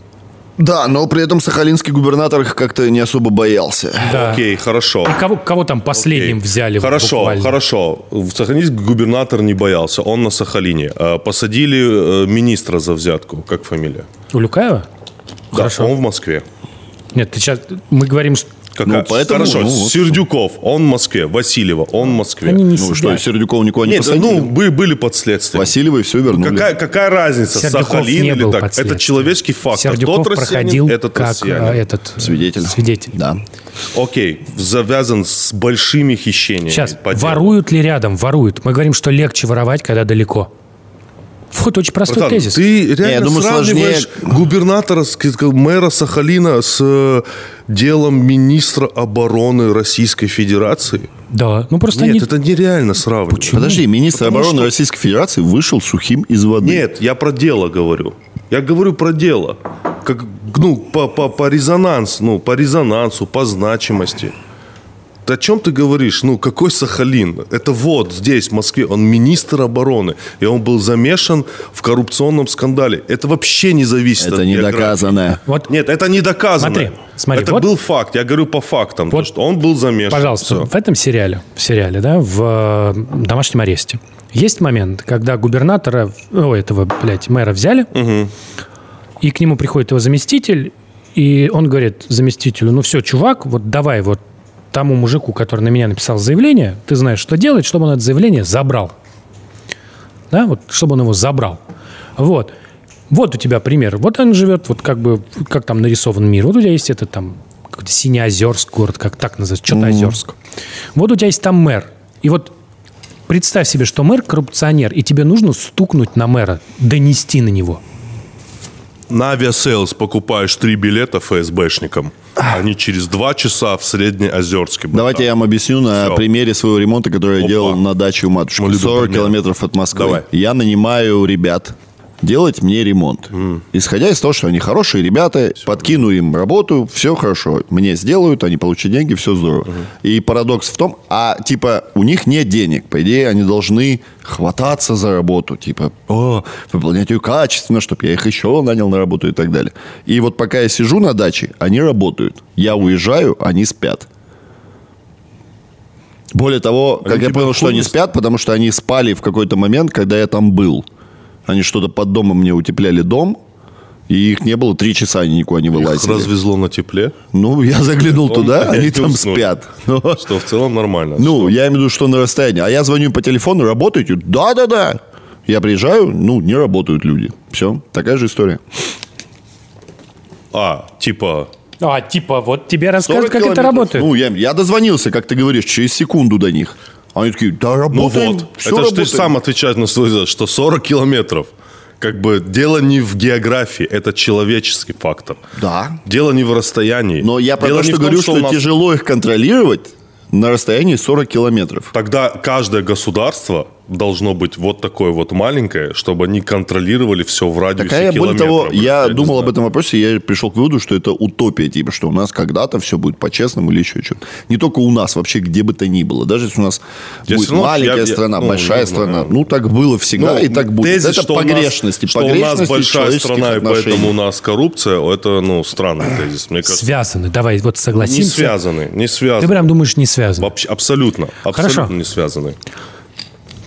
Да, но при этом сахалинский губернатор их как-то не особо боялся. Да. Окей, хорошо. И кого, кого там последним Окей. взяли? Хорошо, буквально? хорошо. В Сахалинск губернатор не боялся. Он на Сахалине. А, Посадили э, министра за взятку. Как фамилия? Улюкаева? Да, Хорошо. он в Москве. Нет, ты сейчас... Мы говорим, что Какая? Ну, поэтому, Хорошо, ну, вот. Сердюков, он в Москве. Васильева, он в Москве. они не Ну себя. что, Сердюкова никуда не Нет, посадили? ну, вы были под следствием. Васильевой все вернули. Какая, какая разница, Сердюков Сахалин не или был так? под Это следствием. человеческий фактор. Сердюков Тот проходил россиянин, этот как россиянин. а, этот... Свидетель. Свидетель. Да. Окей, завязан с большими хищениями. Сейчас, по делу. воруют ли рядом? Воруют. Мы говорим, что легче воровать, когда далеко. Вот очень простой Братан, тезис. ты реально я думаю, сравниваешь сложнее. губернатора, с- к- мэра Сахалина с э, делом министра обороны Российской Федерации? Да, ну просто Нет, они... это нереально сравнивать. Подожди, министр Потому обороны что- Российской Федерации вышел сухим из воды. Нет, я про дело говорю. Я говорю про дело. Как, ну, по, по, по резонансу, ну, по резонансу, по значимости. Ты о чем ты говоришь? Ну, какой Сахалин? Это вот здесь, в Москве. Он министр обороны. И он был замешан в коррупционном скандале. Это вообще не зависит Это от не географии. доказано. Вот, Нет, это не доказано. Смотри, смотри, это вот- был факт. Я говорю по фактам. Вот, то, что он был замешан. пожалуйста, Всё. в этом сериале, в сериале, да, в э, домашнем аресте, есть момент, когда губернатора, о, этого, блядь, мэра взяли, и к нему приходит его заместитель, и он говорит заместителю, ну все, чувак, вот давай вот тому мужику, который на меня написал заявление, ты знаешь, что делать, чтобы он это заявление забрал. Да, вот, чтобы он его забрал. Вот. Вот у тебя пример. Вот он живет, вот как бы, как там нарисован мир. Вот у тебя есть этот там какой-то Синеозерск город, как так называется, что-то Озерск. Вот у тебя есть там мэр. И вот представь себе, что мэр коррупционер, и тебе нужно стукнуть на мэра, донести на него. На авиасейлс покупаешь три билета ФСБшникам. Они через два часа в Среднеозерске. братан. Давайте я вам объясню на Всё. примере своего ремонта, который я Опа. делал на даче у матушки. Мы любим сорок примеры. километров от Москвы. Давай. Я нанимаю ребят делать мне ремонт. Исходя из того, что они хорошие ребята, подкину им работу, все хорошо. Мне сделают, они получат деньги, все здорово. И парадокс в том, а типа у них нет денег. По идее, они должны хвататься за работу. Типа, о, выполнять ее качественно, чтобы я их еще нанял на работу и так далее. И вот пока я сижу на даче, они работают. Я уезжаю, они спят. Более того, как Они я тебя понял, что они хуй- спят, потому что они спали в какой-то момент, когда я там был. Они что-то под домом мне утепляли дом, и их не было три часа, они никуда не Их вылазили. развезло на тепле. Ну, я заглянул Он- туда, они они там уснули. спят. Но- Что в целом нормально. Ну, я имею в виду, что на расстоянии. А я звоню по телефону, работаете? Да-да-да. Я приезжаю, ну, не работают люди. Все, такая же история. А, типа... А, типа, вот тебе расскажут, сорок как это километров. работает. Ну, я, я дозвонился, как ты говоришь, через секунду до них. Они такие, да, Ну работаем, вот, всё это же ты работаем. сам отвечаешь на свой вопрос, что сорок километров. Как бы дело не в географии, это человеческий фактор. Да. Дело не в расстоянии. Но я про Дело то, не что в том, говорю, что, у нас- тяжело их контролировать на расстоянии сорок километров. Тогда каждое государство должно быть вот такое вот маленькое, чтобы они контролировали все в радиусе Такая, более километра. того, блин, я не думал знаю. об этом вопросе, я пришел к выводу, что это утопия, типа, что у нас когда-то все будет по-честному или еще что-то. Не только у нас, вообще где бы то ни было. Даже если у нас Я будет всё равно- маленькая я- я- страна, ну, большая я страна, знаю. ну, так было всегда Ну, и так будет. тезис, это что у нас- погрешности. Что у нас погрешности большая человеческих страна, и отношений. поэтому у нас коррупция, это, ну, странный тезис. Мне кажется, Связаны. Давай, вот не согласимся. связаны, не Ты связаны. прям думаешь, не связаны. Вообще, абсолютно, абсолютно Хорошо. не связаны.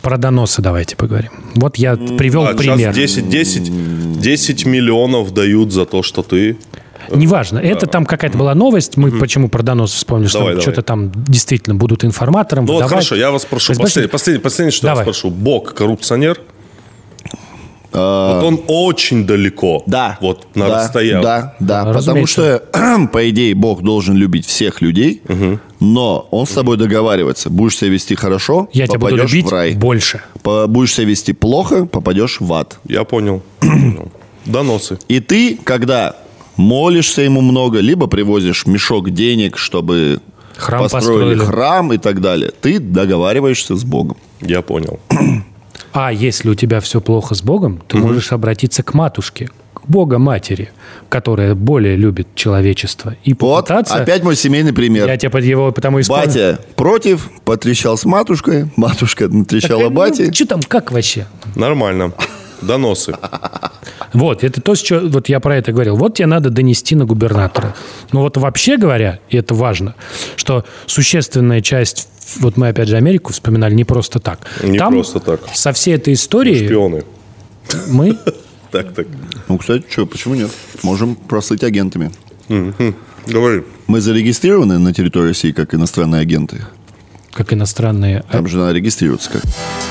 Про доносы давайте поговорим. Вот я привел А пример. сейчас десять, десять, десять миллионов дают за то, что ты... Неважно. Это там какая-то была новость. Мы почему про доносы вспомнили, что Давай, давай. что-то там действительно будут информатором Ну вот выдавать. хорошо, я вас спрошу. То есть, Последнее, последнее, последнее, что Давай. я вас спрошу. Бог коррупционер? Вот он очень далеко. Да. Вот на да, расстоянии. Да, да, Да, потому что, по идее, Бог должен любить всех людей, но он с тобой договаривается. Будешь себя вести хорошо, Я тебя буду попадешь любить в рай. больше. По- Будешь себя вести плохо, попадешь в ад. Я понял. Понял. Доносы. И ты, когда молишься ему много, либо привозишь мешок денег, чтобы Храм построили построили. храм и так далее, ты договариваешься с Богом. Я понял. А если у тебя все плохо с Богом, ты можешь обратиться к матушке, к Бога-матери, которая более любит человечество. И Вот, попытаться... опять мой семейный пример. Я тебе под его потому и вспомнил. Батя против, потрещал с матушкой, матушка натрещала бате. Что там, как вообще? Нормально. Доносы. Вот, это то, что вот я про это говорил. Вот тебе надо донести на губернатора. Но вот вообще говоря, и это важно, что существенная часть, вот мы опять же Америку вспоминали не просто так. Не Там просто так. со всей этой историей Шпионы. мы... Так, так. Ну, кстати, что, почему нет? Можем прослыть агентами. Говори. Мы зарегистрированы на территории России как иностранные агенты. Как иностранные... Там же надо регистрироваться как.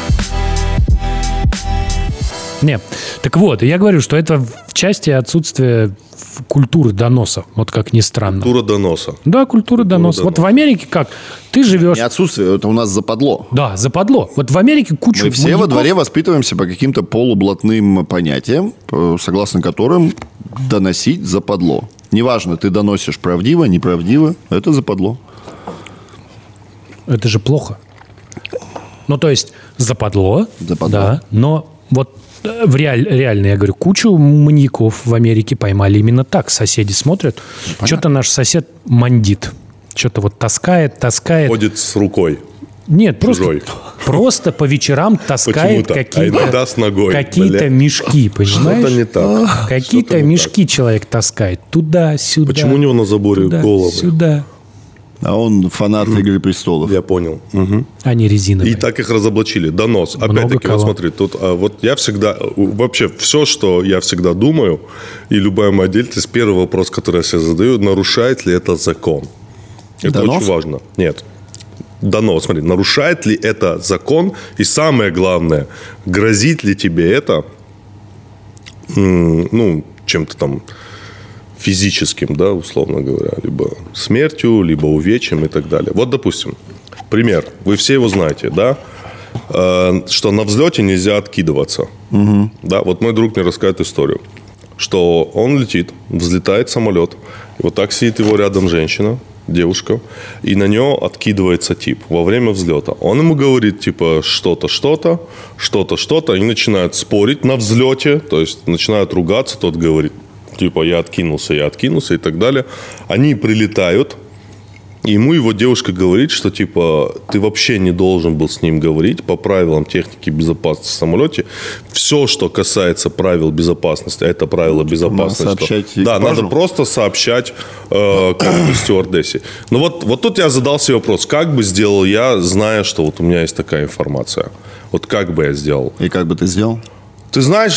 Нет. Так вот, я говорю, что это в части отсутствия культуры доноса, вот как ни странно. Культура доноса. Да, культура доноса. Вот доноса. в Америке как? Ты живешь... Не отсутствие, это у нас западло. Да, западло. Вот в Америке куча Мы все во маньяков. дворе воспитываемся по каким-то полублатным понятиям, э, согласно которым доносить западло. Неважно, ты доносишь правдиво, неправдиво, это западло. Это же плохо. Ну, то есть, западло. Западло. Да, но вот э, в реаль, реально, я говорю, кучу маньяков в Америке поймали именно так. Соседи смотрят. Что-то наш сосед мандит. Что-то вот таскает, таскает. Ходит с рукой. Нет, просто, чужой. просто по вечерам таскает Почему-то. А какие-то, иногда с ногой, какие-то бля. мешки, понимаешь? Что-то не так. Какие-то Что-то не мешки человек таскает. Туда-сюда. Почему у него на заборе туда, головы? Сюда. А он фанат «Игры престолов». Я понял. Мгм. Они резиновые. И так их разоблачили. Донос. Много Опять-таки, вот кого. смотри, тут а, вот я всегда, вообще все, что я всегда думаю, и любая моя деятельность, первый вопрос, который я себе задаю, нарушает ли это закон? Это Донос? очень важно. Нет. Донос, смотри, нарушает ли это закон? И самое главное, грозит ли тебе это, м, ну, чем-то там физическим, да, условно говоря, либо смертью, либо увечьем и так далее. Вот, допустим, пример. Вы все его знаете, да? Э, что на взлете нельзя откидываться. Угу. Да, вот мой друг мне рассказывает историю, что он летит, взлетает самолет, и вот так сидит его рядом женщина, девушка, и на нее откидывается тип во время взлета. Он ему говорит, типа, что-то, что-то, что-то, что-то, они начинают спорить на взлете, то есть начинают ругаться, тот говорит, типа, я откинулся, я откинулся и так далее. Они прилетают, и ему его девушка говорит, что, типа, ты вообще не должен был с ним говорить по правилам техники безопасности в самолете. Все, что касается правил безопасности, а это правила безопасности. сообщать что- да, экипажу. надо просто сообщать э, как-то стюардессе. Ну вот, вот тут я задал себе вопрос, как бы сделал я, зная, что вот у меня есть такая информация. Вот как бы я сделал? И как бы ты сделал? Ты знаешь,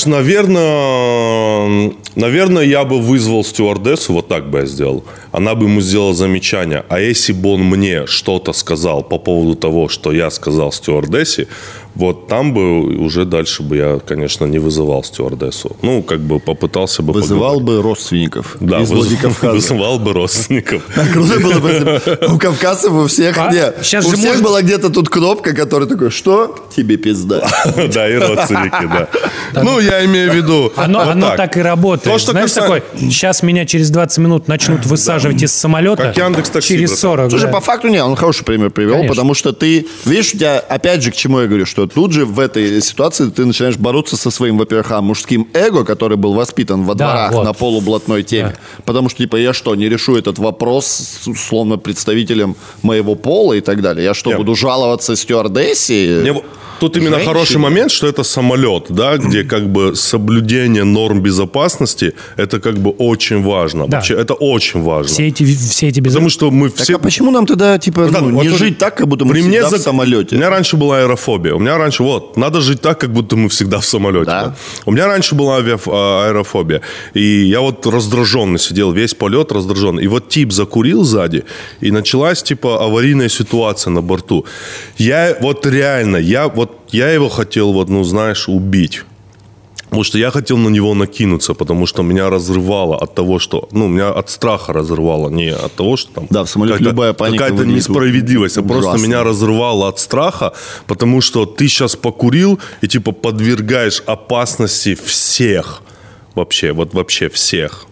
наверное, наверное, я бы вызвал стюардессу, вот так бы я сделал. Она бы ему сделала замечание. А если бы он мне что-то сказал по поводу того, что я сказал стюардессе, вот там бы уже дальше бы я, конечно, не вызывал стюардессу. Ну, как бы попытался бы Вызывал поговорить. бы родственников Да, из выз- Владикавказа. вызывал бы родственников. Круто было бы, если у кавказцев у всех, А, не, щас у же всех можно- была где-то тут кнопка, которая такой, что? Тебе пизда. Да, и родственники, да. Ну, я имею в виду... Оно, вот оно так. и работает. То, что Знаешь, касается- такой, сейчас меня через двадцать минут начнут высаживать из самолета. Как Яндекс.Такси, Через братан. сорок. Слушай, да. по факту нет, он хороший пример привел, Конечно. потому что ты, видишь, у тебя, опять же, к чему я говорю, что тут же в этой ситуации ты начинаешь бороться со своим, во-первых, а, мужским эго, который был воспитан во Да, дворах вот. на полублатной теме. Потому что, типа, я что, не решу этот вопрос с, условно, представителем моего пола и так далее? Я что, Нет. буду жаловаться стюардессе? Мне вот- Тут именно Женщине. хороший момент, что это самолет, да, где как бы соблюдение норм безопасности, это как бы очень важно. Да. Вообще, это очень важно. Все эти, все эти без... Потому что мы Так все... а почему нам тогда, типа, Да, ну, вот не тут жить так, как будто мы при мне всегда за- в самолете? У меня раньше была аэрофобия. У меня меня раньше, вот, надо жить так, как будто мы всегда в самолете. Да. Да? У меня раньше была авиаф- аэрофобия. И я вот раздраженный сидел, весь полет раздраженный. И вот тип закурил сзади, и началась, типа, аварийная ситуация на борту. Я вот реально, я вот, я его хотел, вот, ну, знаешь, убить. Потому что я хотел на него накинуться, потому что меня разрывало от того, что... Ну, меня от страха разрывало, не от того, что там... Да, в самолете какая-то, любая паника какая-то выглядит несправедливость. А просто ужасно. меня разрывало от страха, потому что ты сейчас покурил и, типа, подвергаешь опасности всех. Вообще, вот вообще всех.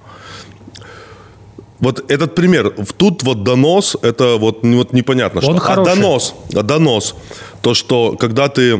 Вот этот пример. Тут вот донос, это вот, вот непонятно, Он что. хороший. А донос, а донос, то, что когда ты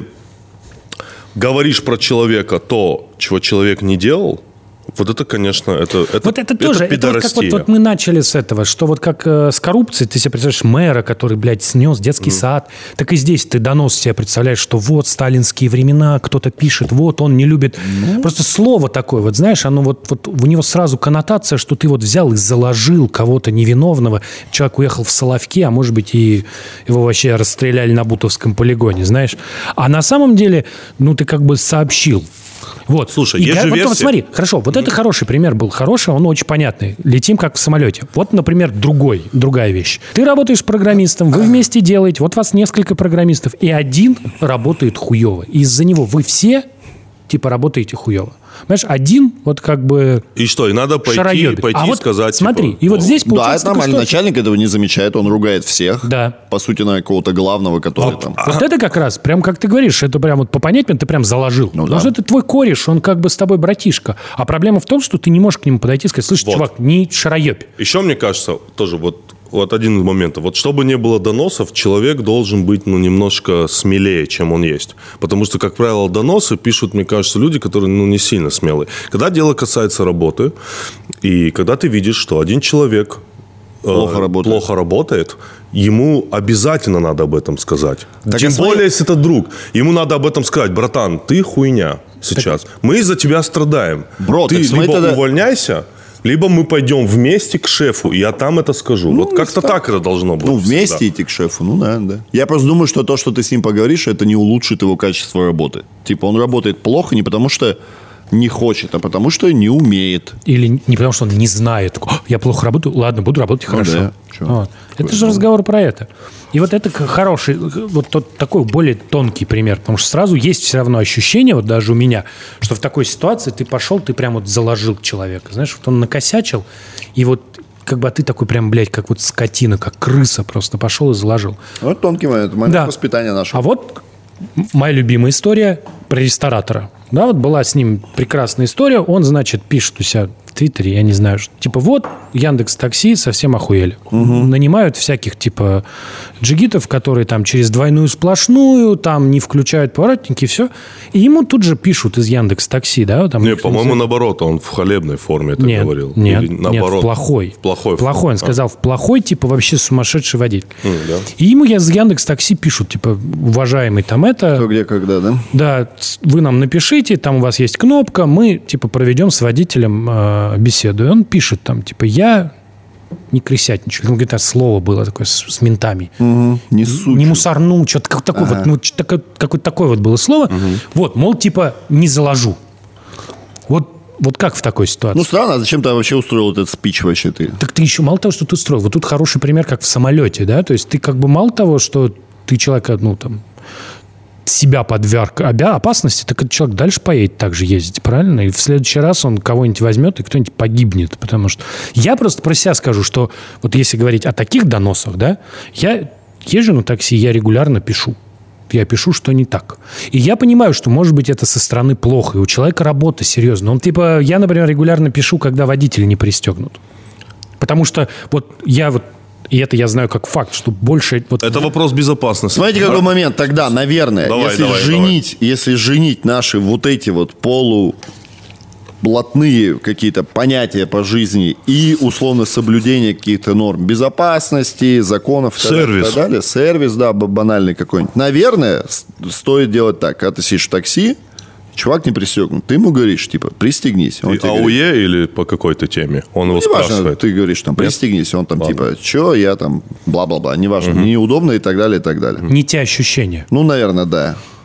говоришь про человека то, чего человек не делал, вот это, конечно, это, это, Вот это тоже, это вот как вот, вот мы начали с этого, что вот как э, с коррупцией, ты себе представляешь мэра, который, блядь, снес детский mm. сад, так и здесь ты донос себе представляешь, что вот сталинские времена, кто-то пишет, вот он не любит. Mm. Просто слово такое, вот знаешь, оно вот, вот у него сразу коннотация, что ты вот взял и заложил кого-то невиновного, человек уехал в Соловки, а может быть и его вообще расстреляли на Бутовском полигоне, знаешь. А на самом деле, ну ты как бы сообщил. Вот. Слушай, и есть я, же вот, версия. вот смотри, хорошо, вот mm-hmm. это хороший пример был, хороший, он очень понятный. Летим как в самолете. Вот, например, другой, другая вещь. Ты работаешь программистом, вы вместе делаете, вот вас несколько программистов, и один работает хуево. И из-за него вы все, типа, работаете хуево. Понимаешь, один вот как бы... И что, и надо пойти, шароебит. пойти а и вот сказать, смотри, типа, и вот ну, здесь Да, получается... это нормально. что- Начальник этого не замечает, он ругает всех. Да. По сути, на какого-то главного, который там... Вот это как раз, прям как ты говоришь, это прям вот по понятиям ты прям заложил. Ну, Потому да. что это твой кореш, он как бы с тобой братишка. А проблема в том, что ты не можешь к нему подойти и сказать, слышь, Вот. чувак, не шароебь. Еще, мне кажется, тоже вот, вот один из моментов. Вот чтобы не было доносов, человек должен быть, ну, немножко смелее, чем он есть. Потому что, как правило, доносы пишут, мне кажется, люди, которые, ну, не сильно смелые. Когда дело касается работы, и когда ты видишь, что один человек Плохо э, работает. плохо работает, ему обязательно надо об этом сказать. Так Тем и смотри- более, если это друг. Ему надо об этом сказать. Братан, ты хуйня сейчас. Мы из-за тебя страдаем. Бро, ты так смотри либо тогда- увольняйся, либо мы пойдем вместе к шефу, и я там это скажу. вот как-то так это должно быть. Ну, вместе всегда. идти к шефу, ну да, да. Я просто думаю, что то, что ты с ним поговоришь, это не улучшит его качество работы. Типа, он работает плохо не потому, что не хочет, а потому, что не умеет. Или не потому, что он не знает. Такой, «О, я плохо работаю, ладно, буду работать хорошо. да, чё? Вот. Это же разговор про это. И вот это к- хороший, вот тот такой более тонкий пример. Потому что сразу есть все равно ощущение, вот даже у меня, что в такой ситуации ты пошел, ты прям вот заложил человека. Знаешь, вот он накосячил, и вот как бы а ты такой прям, блядь, как вот скотина, как крыса просто пошел и заложил. Вот тонкий момент, момент Да. воспитания нашего. А вот м- моя любимая история про ресторатора. Да, вот была с ним прекрасная история. Он, значит, пишет у себя в Твиттере, я не знаю, что, типа, вот Яндекс.Такси совсем охуели. Нанимают всяких, типа, джигитов, которые там через двойную сплошную, там не включают поворотники, и все. И ему тут же пишут из Яндекс.Такси, да? Там, Не, по-моему, наоборот, он в хвалебной форме это нет, говорил. Нет, Или нет, наоборот. в плохой. В плохой. Плохой. форме. Он сказал, в плохой, типа, вообще сумасшедший водитель. М, да. И ему я из Яндекс.Такси пишут, типа, уважаемый там это... Кто, где, когда, да? Да, ц- вы нам напишите, там у вас есть кнопка, мы, типа, проведем с водителем э, беседу. И он пишет там, типа, я не крысятничаю. Он говорит, а слово было такое с, с ментами. Угу. Не суть. Не мусорну, что-то как, такое вот, ну, что-то такое- какое-то такое вот было слово. Вот, мол, типа, не заложу. Вот, вот как в такой ситуации? Ну, странно, а зачем ты вообще устроил этот спич вообще ты? Так ты еще мало того, что ты устроил. Вот тут хороший пример, как в самолете, да? То есть ты как бы мало того, что ты человека, ну, там, себя подверг обя- опасности, так этот человек дальше поедет так же ездить, правильно? И в следующий раз он кого-нибудь возьмет, и кто-нибудь погибнет. Потому что я просто про себя скажу, что вот если говорить о таких доносах, да, я езжу на такси, я регулярно пишу. Я пишу, что не так. И я понимаю, что, может быть, это со стороны плохо. И у человека работа серьезная. Он, типа, я, например, регулярно пишу, когда водитель не пристегнут. Потому что вот я вот, и это я знаю как факт, что больше... Вот, Это вопрос безопасности. Смотрите, какой момент тогда, наверное, Давай, если, давай, женить, если женить наши вот эти вот полублатные какие-то понятия по жизни и условно соблюдение каких-то норм безопасности, законов и так далее, Сервис. так далее, сервис, да, б- банальный какой-нибудь. Наверное, с- стоит делать так, когда ты сидишь в такси, чувак не пристегнут, ты ему говоришь, типа, пристегнись. Он И тебе говорит, АУЕ или по какой-то теме? Он его неважно, спрашивает. ты говоришь, там, пристегнись, он там, Ладно. типа, что, я там, бла-бла-бла, неважно, неудобно и так далее, и так далее. не те ощущения. Ну, наверное, да.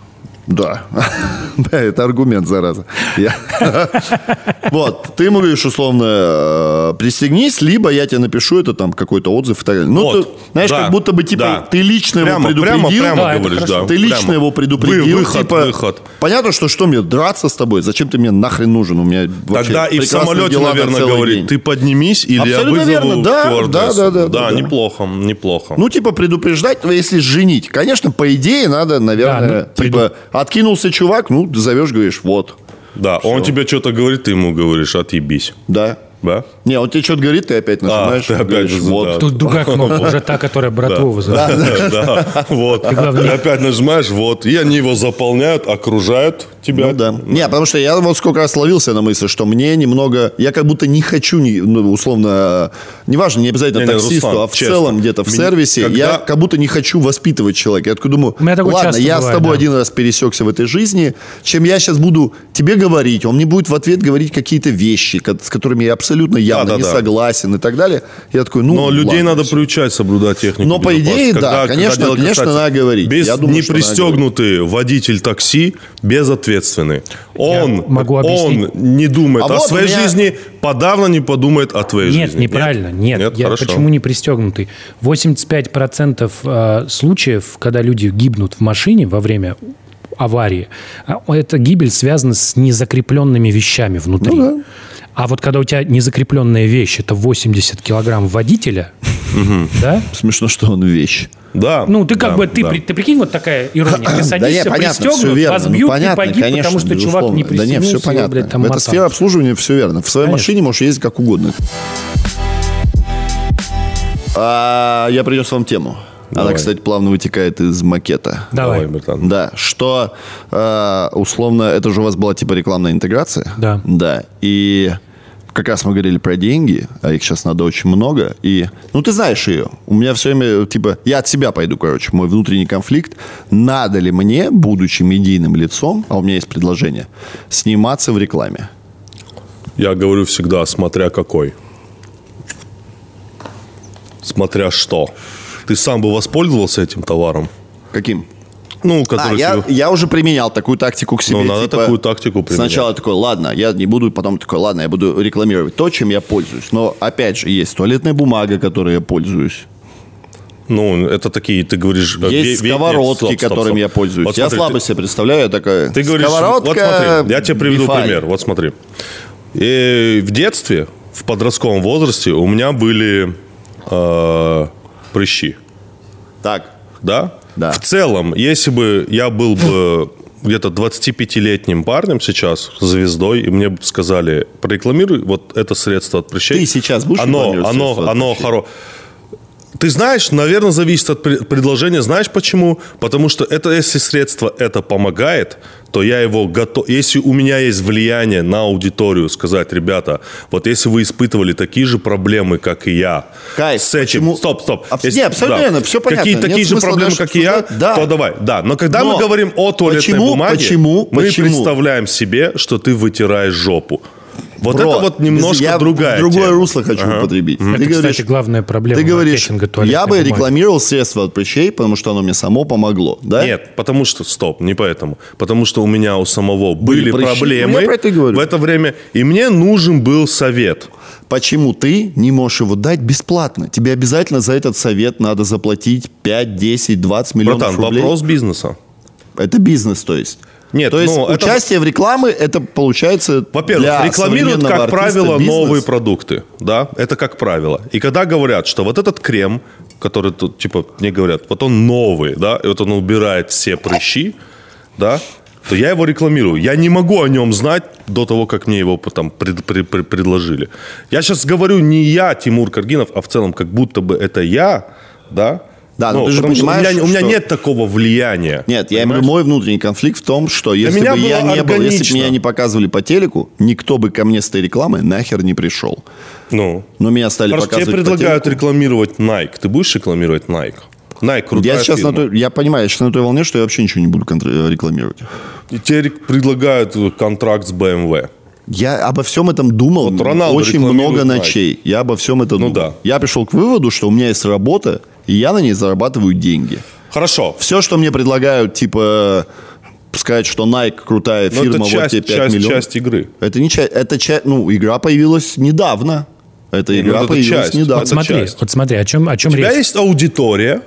Да. Это аргумент, зараза. Я... Вот, ты ему говоришь, условно, пристегнись, либо я тебе напишу это там какой-то отзыв и так далее. Ну, Вот. ты, знаешь, Да. как будто бы, типа, Да. ты лично Прямо, его прямо, предупредил. прямо Да, это говоришь, хорошо. да. Ты лично Прямо. его предупредил. Вы- выход, типа, выход. Понятно, что что мне драться с тобой? Зачем ты мне нахрен нужен? У меня вообще Тогда и в прекрасные самолете, дела на наверное, целый говорит, день. ты поднимись, или Абсолютно я вызову верно, да, стюардессу. да, да, да, да, да. неплохо, неплохо. Ну, типа, предупреждать, если женить. Конечно, по идее, надо, наверное, Да, ну, типа, откинулся чувак, ну, зовешь, говоришь, вот, да, он тебе что-то говорит, ты ему говоришь, отъебись. да. Да? Не, он тебе что-то говорит, ты опять нажимаешь, ты опять говоришь, вызов- вот. да. Тут другая кнопка, уже та, которая братву вызывает. Да, вот. главное- Ты опять нажимаешь, вот. И они его заполняют, окружают тебя. Ну да. Не, потому что я вот сколько раз ловился на мысли, что мне немного... Я как будто не хочу, не- ну, условно, неважно, не обязательно Не, не, таксисту, Руслан, а в честно, целом где-то в меня- сервисе, когда- я как будто не хочу воспитывать человека. Я такой думаю, У меня такое ладно, часто я бывает, с тобой да. один раз пересекся в этой жизни, чем я сейчас буду тебе говорить, он мне будет в ответ говорить какие-то вещи, ко- с которыми я абсолютно явно Да, да, не да. согласен и так далее. Я такой, ну, Но людей ладно, надо всё. приучать соблюдать технику Но, по идее, безопасности. да, конечно, дело конечно, касается- надо говорить. Без, Я думаю, что надо непристегнутый водитель такси безответственный. Он, могу объяснить. он не думает А о вот своей у меня- жизни, подавно не подумает о твоей Нет, жизни. неправильно. Нет, я хорошо. почему не пристегнутый? восемьдесят пять процентов э, случаев, когда люди гибнут в машине во время аварии, а, эта гибель связана с незакрепленными вещами внутри. Ну да. А вот когда у тебя незакрепленная вещь, это восемьдесят килограмм водителя, да? Смешно, что он вещь. Да. Ну, ты как да, бы, ты, да. при- ты прикинь, вот такая ирония. Ты Да садишься, не, понятно, все пристегнут, верно. вас Ну, бьют, понятно, ты погиб, конечно, потому что чувак безусловно. не Да пристегнулся. не, все его, понятно. блядь, там Это мотал. сфера обслуживания, все верно. В своей Конечно. машине можешь ездить как угодно. А, я принес вам тему. Она, Давай. кстати, плавно вытекает из макета. Давай. Давай, братан. Да, что э, условно, это же у вас была типа рекламная интеграция. Да. Да, и как раз мы говорили про деньги, а их сейчас надо очень много. И, ну, ты знаешь ее. У меня все время, типа, я от себя пойду, короче, мой внутренний конфликт. Надо ли мне, будучи медийным лицом, а у меня есть предложение, сниматься в рекламе? Я говорю всегда, смотря какой. Смотря что. Ты сам бы воспользовался этим товаром? Каким? Ну, А, который я, тебе- я уже применял такую тактику к себе. Ну, надо типа, такую тактику применять. Сначала такой, ладно, я не буду, потом такой, ладно, я буду рекламировать то, чем я пользуюсь. Но, опять же, есть туалетная бумага, которой я пользуюсь. Ну, это такие, ты говоришь... Есть ве- ве- нет, сковородки, стоп, стоп, которыми стоп. я пользуюсь. Вот я смотри, слабо ты- себе представляю, я такая, Ты говоришь, сковородка, вот смотри, я тебе приведу бифай. пример. Вот смотри. И в детстве, в подростковом возрасте у меня были э, прыщи. Так, Да? Да. В целом, если бы я был бы где-то двадцатипятилетним парнем сейчас, звездой, и мне бы сказали, прорекламируй вот это средство от прыщей. Ты сейчас будешь оно, рекламировать оно, средство от оно прыщей? хоро... Ты знаешь, наверное, зависит от пре- предложения. Знаешь почему? Потому что это, если средство это помогает, то я его готов... Если у меня есть влияние на аудиторию, сказать, ребята, вот если вы испытывали такие же проблемы, как и я, Кайф, с этим... почему- Стоп, стоп. Абс- Если- не, абсолютно верно, всё понятно. Какие, Нет такие же смысла проблемы, дальше как и я, обсуждать. Да. то давай. Да, но когда Но мы говорим о туалетной почему, бумаге, почему, мы почему? представляем себе, что ты вытираешь жопу. Вот Бро, это вот немножко я другая другое тема. русло хочу употребить. Ты Это, говоришь, кстати, главная проблема ты говоришь, маркетинга туалетной я бы бумаги. рекламировал средства от прыщей, потому что оно мне само помогло. Да? Нет, потому что, стоп, не поэтому. Потому что у меня у самого были, Были прыщи. проблемы Ну, я про это и говорю. в это время, и мне нужен был совет. Почему ты не можешь его дать бесплатно? Тебе обязательно за этот совет надо заплатить пять, десять, двадцать миллионов Братан, рублей. вопрос бизнеса. Это бизнес, то есть. Нет, то есть ну, это- участие в рекламе, это получается Во-первых, для рекламируют, современного как артиста правило, бизнес. новые продукты. Да, это как правило. И когда говорят, что вот этот крем, который тут, типа, мне говорят, вот он новый, да, и вот он убирает все прыщи, да, то я его рекламирую. Я не могу о нем знать до того, как мне его там пред- пред- пред- предложили. Я сейчас говорю не я, Тимур Каргинов, а в целом как будто бы это я, да. Да, но Ну, ты же потому что у понимаешь, меня, у меня что- нет такого влияния. Нет, я имею в Понимаешь? виду мой внутренний конфликт в том, что если меня бы я было не был, если бы органично. меня не показывали по телеку, никто бы ко мне с этой рекламой нахер не пришел. Ну, Но меня стали Хорошо, тебе показывать по предлагают телеку. рекламировать Nike. Ты будешь рекламировать Nike? Nike крутая Я сейчас фирма. на той, я понимаю, я сейчас на той волне, что я вообще ничего не буду контр- рекламировать. И тебе рек- предлагают контракт с бэ эм вэ. Я обо всем этом думал Вот Роналду очень рекламирует много Nike. ночей. Я обо всем этом Ну думал. да. Я пришел к выводу, что у меня есть работа, и я на ней зарабатываю деньги. Хорошо. Все, что мне предлагают, типа, сказать, что Nike крутая Но фирма, это часть, вот тебе пять часть, миллионов. часть игры. Это не часть, это часть, ну, игра появилась недавно. Эта Ну, игра это появилась часть. недавно. Вот смотри, часть. вот смотри, о чем, о чем У тебя речь. есть аудитория,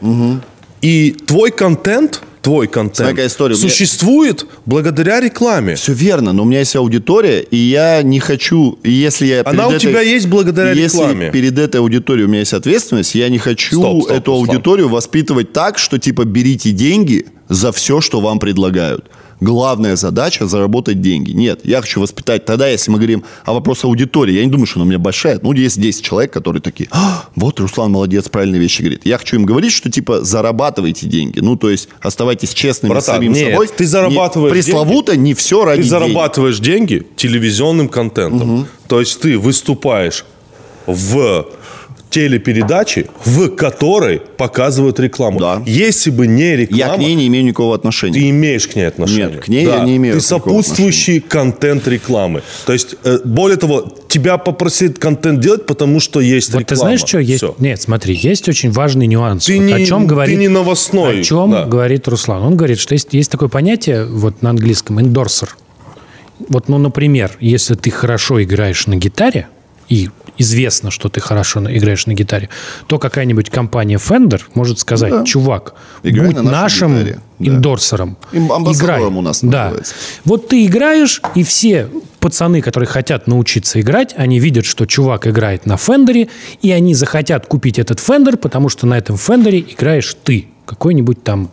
и твой контент, твой контент Смотри, какая история. У меня- существует благодаря рекламе. Все верно, но у меня есть аудитория, и я не хочу, и если я... Она перед у тебя есть благодаря если рекламе. перед этой аудиторией у меня есть ответственность, я не хочу Стоп, стоп, эту Руслан. аудиторию воспитывать так, что типа берите деньги за все, что вам предлагают. Главная задача – заработать деньги. Нет, я хочу воспитать тогда, если мы говорим о вопросе аудитории. Я не думаю, что она у меня большая. Ну, есть десять человек, которые такие, а, вот Руслан молодец, правильные вещи говорит. Я хочу им говорить, что типа зарабатывайте деньги. Ну, то есть оставайтесь честными с Братан, самим нет, собой. ты зарабатываешь Не- пресловуто не все ради Ты денег. зарабатываешь деньги телевизионным контентом. То есть ты выступаешь в телепередаче, в которой показывают рекламу. Да. Если бы не реклама, Я к ней не имею никакого отношения. ты имеешь к ней отношение. Нет, к ней я не имею Ты никакого сопутствующий контент рекламы. То есть, э, более того, тебя попросит контент делать, потому что есть Вот реклама. ты знаешь, что есть? Всё. Нет, смотри, есть очень важный нюанс. Ты Вот не- о чем ты говорит, не новостной, О чем да. говорит Руслан? Он говорит, что есть, есть такое понятие вот на английском эндорсер. Вот, ну, например, если ты хорошо играешь на гитаре, и известно, что ты хорошо на- играешь на гитаре, то какая-нибудь компания Fender может сказать, Да. чувак, Играй будь на нашей нашим гитаре. Да. эндорсером. Им- амбассадором Играй. у нас Да. называется. Вот ты играешь, и все пацаны, которые хотят научиться играть, они видят, что чувак играет на Фендере, и они захотят купить этот Фендер, потому что на этом Фендере играешь ты, какой-нибудь там.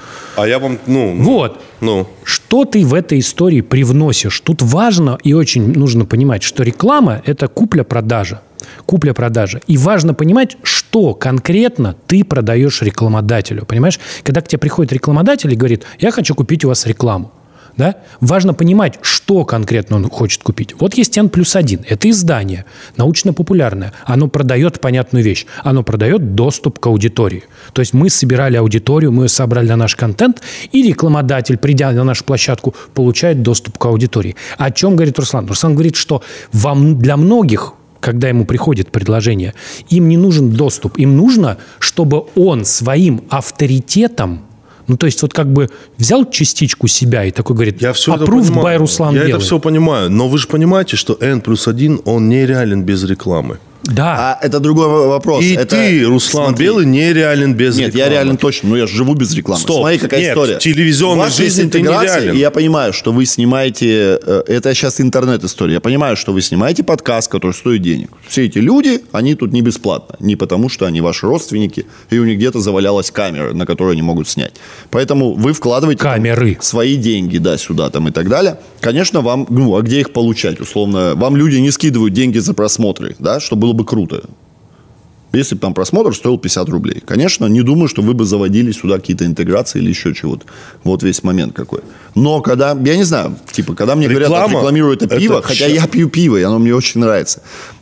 А я вам, ну... Вот. Ну, Что ты в этой истории привносишь? Тут важно и очень нужно понимать, что реклама – это купля-продажа. Купля-продажа. И важно понимать, что конкретно ты продаешь рекламодателю. Понимаешь? Когда к тебе приходит рекламодатель и говорит, я хочу купить у вас рекламу. Да? Важно понимать, что конкретно он хочет купить. Вот есть Н плюс один. Это издание, научно-популярное. Оно продает понятную вещь. Оно продает доступ к аудитории. То есть мы собирали аудиторию, мы собрали на наш контент, и рекламодатель, придя на нашу площадку, получает доступ к аудитории. О чем говорит Руслан? Руслан говорит, что вам, для многих, когда ему приходит предложение, им не нужен доступ. Им нужно, чтобы он своим авторитетом, ну, то есть, вот как бы взял частичку себя и такой говорит, я все это approved понимаю. by Руслан Я Белый. это все понимаю. Но вы же понимаете, что N плюс один, он нереален без рекламы. Да. А это другой вопрос. И Это- ты, Руслан смотри. Белый, нереален без Нет, рекламы. я реален точно, но я же живу без рекламы. Стоп. Смотри, какая Нет, история. в телевизионной У вас есть жизни ты интеграция, нереален. и я понимаю, что вы снимаете... э, Это сейчас интернет-история. Я понимаю, что вы снимаете подкаст, который стоит денег. Все эти люди, они тут не бесплатно. Не потому, что они ваши родственники, и у них где-то завалялась камера, на которую они могут снять. Поэтому вы вкладываете там Камеры. свои деньги, да, сюда там и так далее. Конечно, вам... Ну, а где их получать, условно? Вам люди не скидывают деньги за просмотры, да, что было бы круто. Если бы там просмотр стоил пятьдесят рублей. Конечно, не думаю, что вы бы заводили сюда какие-то интеграции или еще чего-то. Вот весь момент какой. Но когда, я не знаю, типа, когда мне говорят, Реклама рекламируют это пиво, это хотя ща- я пью пиво, и оно мне очень нравится.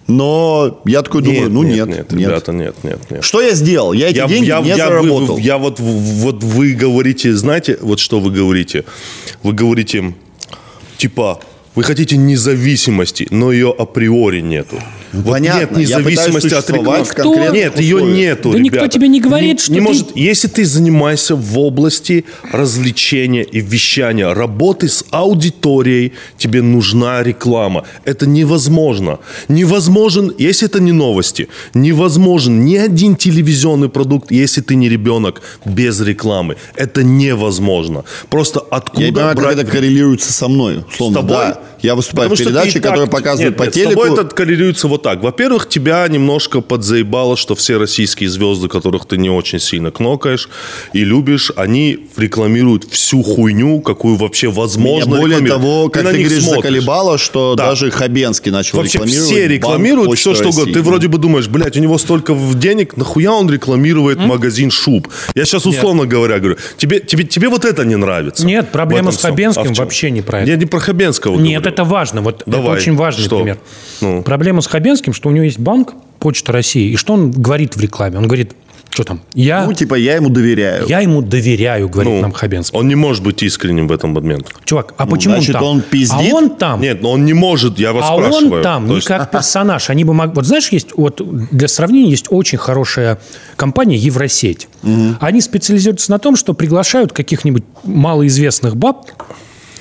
Но я такой думаю, ну нет, нет, нет. ребята, нет, нет, нет. Что я сделал? Я эти Я, деньги я, не я, заработал. Вы, я вот, вот вы говорите, знаете, вот что вы говорите? Вы говорите, типа, вы хотите независимости, но ее априори нету. Вот понятно, нет я пытаюсь независимости от существовать рекламы. в конкретных Нет, ее условиях. нету, Да никто ребята. тебе не говорит, Не- что не ты- может, если ты занимаешься в области развлечения и вещания, работы с аудиторией, тебе нужна реклама. Это невозможно. Невозможен, если это не новости, невозможен ни один телевизионный продукт, если ты не ребенок, без рекламы. Это невозможно. Просто откуда Я не понимаю, брать... как это коррелируется со мной. Условно, С тобой? да. Я выступаю Потому в что ты передаче, и так- которая показывает нет, по нет, телеку. С тобой это коррелируется вот так. Во-первых, тебя немножко подзаебало, что все российские звезды, которых ты не очень сильно кнокаешь и любишь, они рекламируют всю хуйню, какую вообще возможно Меня более рекламировать. того, как на ты них говоришь, смотришь. заколебало, что Да. даже Хабенский начал Вообще рекламировать. все Банк рекламируют Почты все, что России. угодно. Ты вроде бы думаешь, блядь, у него столько в- денег, нахуя он рекламирует магазин шуб? Я сейчас условно говоря говорю, тебе, тебе, тебе вот это не нравится? Нет, проблема В этом с всем. Хабенским А в чем? вообще не про это. Я не про Хабенского Нет, говорю. это важно. Вот Давай. это очень важный Что? пример. Ну. Проблема с Хабенским, что у него есть банк Почта России. И что он говорит в рекламе? Он говорит, что там, я, Ну, типа, я ему доверяю. я ему доверяю, говорит Ну, нам Хабенский. Он не может быть искренним в этом момент. Чувак, а почему значит, он там? он пиздит? А он там. Нет, но он не может, я вас А спрашиваю. он там То не есть- как персонаж. Они бы мог... Вот знаешь, есть вот для сравнения есть очень хорошая компания Евросеть. Они специализируются на том, что приглашают каких-нибудь малоизвестных баб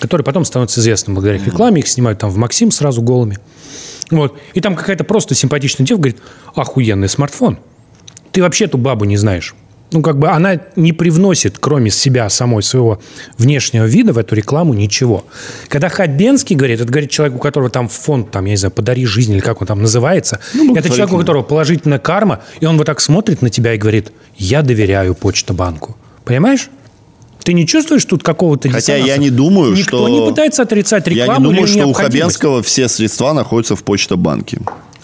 которые потом становятся известными благодаря рекламе, их снимают там в Максим сразу голыми. Вот. И там какая-то просто симпатичная девка говорит: охуенный смартфон. Ты вообще эту бабу не знаешь. Ну, как бы она не привносит, кроме себя самой, своего внешнего вида в эту рекламу ничего. Когда Хабенский говорит, это говорит человек, у которого там фонд, там, я не знаю, «Подари жизнь» или как он там называется, ну, это человек, у которого положительная карма, и он вот так смотрит на тебя и говорит: я доверяю Почта-банку. Понимаешь? Ты не чувствуешь тут какого-то диссонанса? Хотя я не думаю, Никто что... не пытается отрицать рекламу. Я не думаю, или что у необходимость. Хабенского все средства находятся в Почта-банке.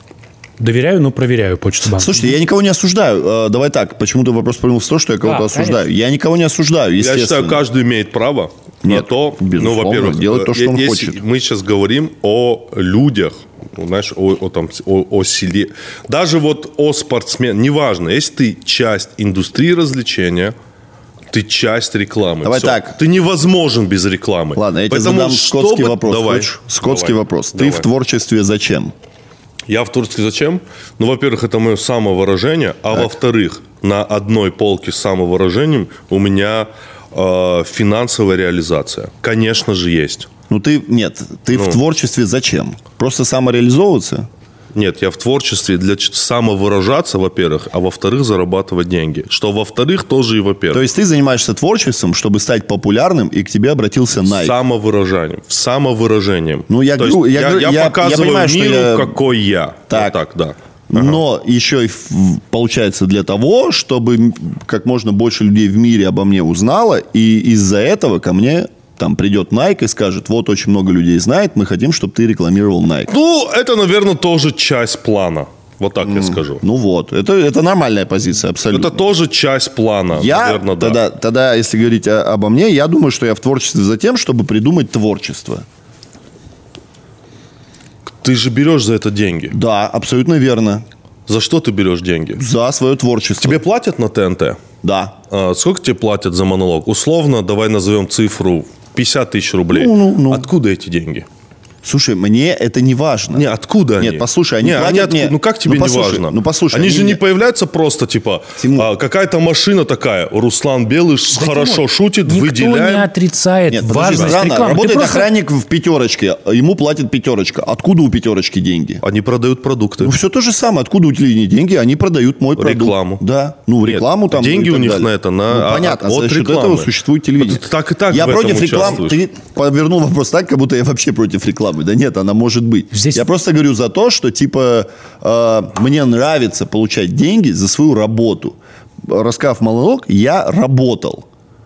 Доверяю, но проверяю Почту-банк. Слушайте, я никого не осуждаю. Э, Давай так, почему-то вопрос повернул в то, что я кого-то Да, осуждаю. конечно. Я никого не осуждаю, Я естественно. считаю, каждый имеет право на Нет, то, ну, безусловно, во-первых, делать то, что э, он если хочет. Мы сейчас говорим о людях, ну, знаешь, о, о, там, о, о селе. Даже вот о спортсмене, неважно, если ты часть индустрии развлечения, ты часть рекламы. Давай Всё. так. Ты невозможен без рекламы. Ладно, я тебе Поэтому, задам скотский чтобы- вопрос. Давай. Хочешь? Скотский Давай. вопрос. Ты Давай. в творчестве зачем? Я в Турции зачем? Ну, во-первых, это мое самовыражение, а во-вторых, на одной полке с самовыражением у меня э, финансовая реализация. Конечно же, есть. Ну ты, нет, ты Ну. в творчестве зачем? Просто самореализовываться? Нет, я в творчестве для ч- самовыражаться, во-первых, а во-вторых, зарабатывать деньги. Что во-вторых, тоже и во-первых. То есть ты занимаешься творчеством, чтобы стать популярным, и к тебе обратился Nike. Самовыражением. Самовыражением. Ну, я То говорю- есть я я, говорю- я я- я показываю понимаю, что миру, я- какой я. Так. Вот так, да. Но еще и в- получается для того, чтобы м- как можно больше людей в мире обо мне узнало, и из-за этого ко мне там придет Nike и скажет: вот очень много людей знает, мы хотим, чтобы ты рекламировал Nike. Ну, это, наверное, тоже часть плана. Вот так я скажу. Ну вот, это, это нормальная позиция абсолютно. Это тоже часть плана, Я, наверное, да. тогда, тогда, если говорить о- обо мне, я думаю, что я в творчестве за тем, чтобы придумать творчество. Ты же берешь за это деньги. Да, абсолютно верно. За что ты берешь деньги? За свое творчество. Тебе платят на ТНТ? Да. А сколько тебе платят за монолог? Условно, давай назовем цифру пятьдесят тысяч рублей. Ну, ну, ну. Откуда эти деньги? Слушай, мне это не важно. Не, откуда они? Нет, послушай, они не, платят они мне- откуда? Ну, как тебе Ну, не послушай, важно? ну, послушай, Они, они же мне- не появляются просто, типа, Тимур. а, какая-то машина такая, Руслан Белый хорошо Тимур, шутит, Никто выделяем. не отрицает Нет, подожди, важность странно. рекламы. Ты Работает просто- охранник в пятерочке, ему платит пятерочка. Откуда у пятерочки деньги? Они продают продукты. Ну, все то же самое. Откуда у тебя деньги? Они продают мой продукт. Рекламу. Да. Ну, Нет, рекламу там. деньги и так у них далее. на это, на- Ну, а- понятно. от За счет рекламы. этого существует телевидение. Вот так и так Я в этом против рекламы. участвуешь. Ты повернул вопрос так, как будто я вообще против рекламы. Да нет, она может быть. Здесь- Я просто говорю за то, что, типа, э, мне нравится получать деньги за свою работу. Рассказав монолог, я работал.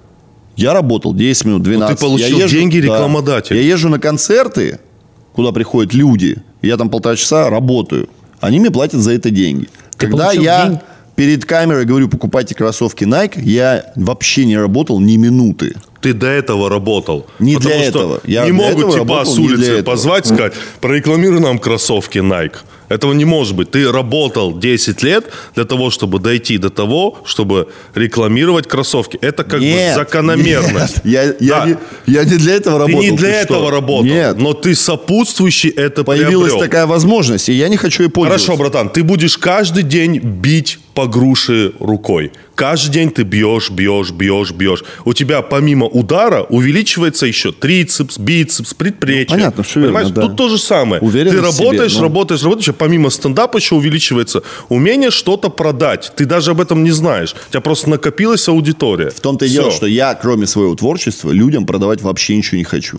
Я работал десять минут, двенадцать. получил Я езжу- деньги да. рекламодателя. Я езжу на концерты, куда приходят люди. Я там полтора часа работаю. Они мне платят за это деньги. Ты Когда получил я день- перед камерой говорю: покупайте кроссовки Nike, я вообще не работал ни минуты. Ты до этого работал. Не Потому для что этого. Я не для могут этого типа работал, с не для улицы этого. позвать, сказать: прорекламируй нам кроссовки Nike. Этого не может быть. Ты работал десять лет для того, чтобы дойти до того, чтобы рекламировать кроссовки. Это как Нет, бы закономерно. нет. Я, я, Да. не, я не для этого Ты работал. не для что? этого работал, Нет. но ты сопутствующий это Появилась приобрел. такая возможность, и я не хочу ей пользоваться. Хорошо, братан, ты будешь каждый день бить по груши рукой. Каждый день ты бьешь, бьешь, бьешь, бьешь. У тебя помимо удара увеличивается еще трицепс, бицепс, предплечье. Ну, понятно, всё верно, Понимаешь? да. Тут то же самое. Уверенность ты в себе, работаешь, ну. работаешь, работаешь, а помимо стендапа еще увеличивается умение что-то продать. Ты даже об этом не знаешь. У тебя просто накопилась аудитория. В том-то и Всё. дело, что я, кроме своего творчества, людям продавать вообще ничего не хочу.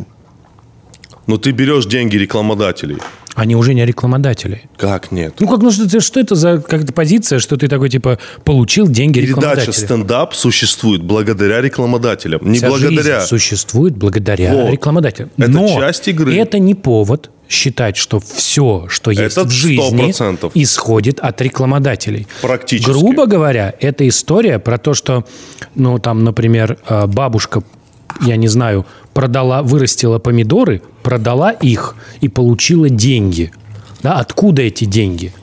Но ты берешь деньги рекламодателей. Они уже не рекламодатели. Как нет? Ну, как, ну, что, что это за как-то позиция, что ты такой, типа, получил деньги Передача рекламодателя? стендап существует благодаря рекламодателям. Не Вся благодаря... жизнь существует благодаря Вот. рекламодателям. Это Но часть игры. это не повод считать, что все, что есть Это в жизни, сто процентов. исходит от рекламодателей. Практически. Грубо говоря, это история про то, что, ну, там, например, э, бабушка, я не знаю, продала, вырастила помидоры, продала их и получила деньги. Да, откуда эти деньги?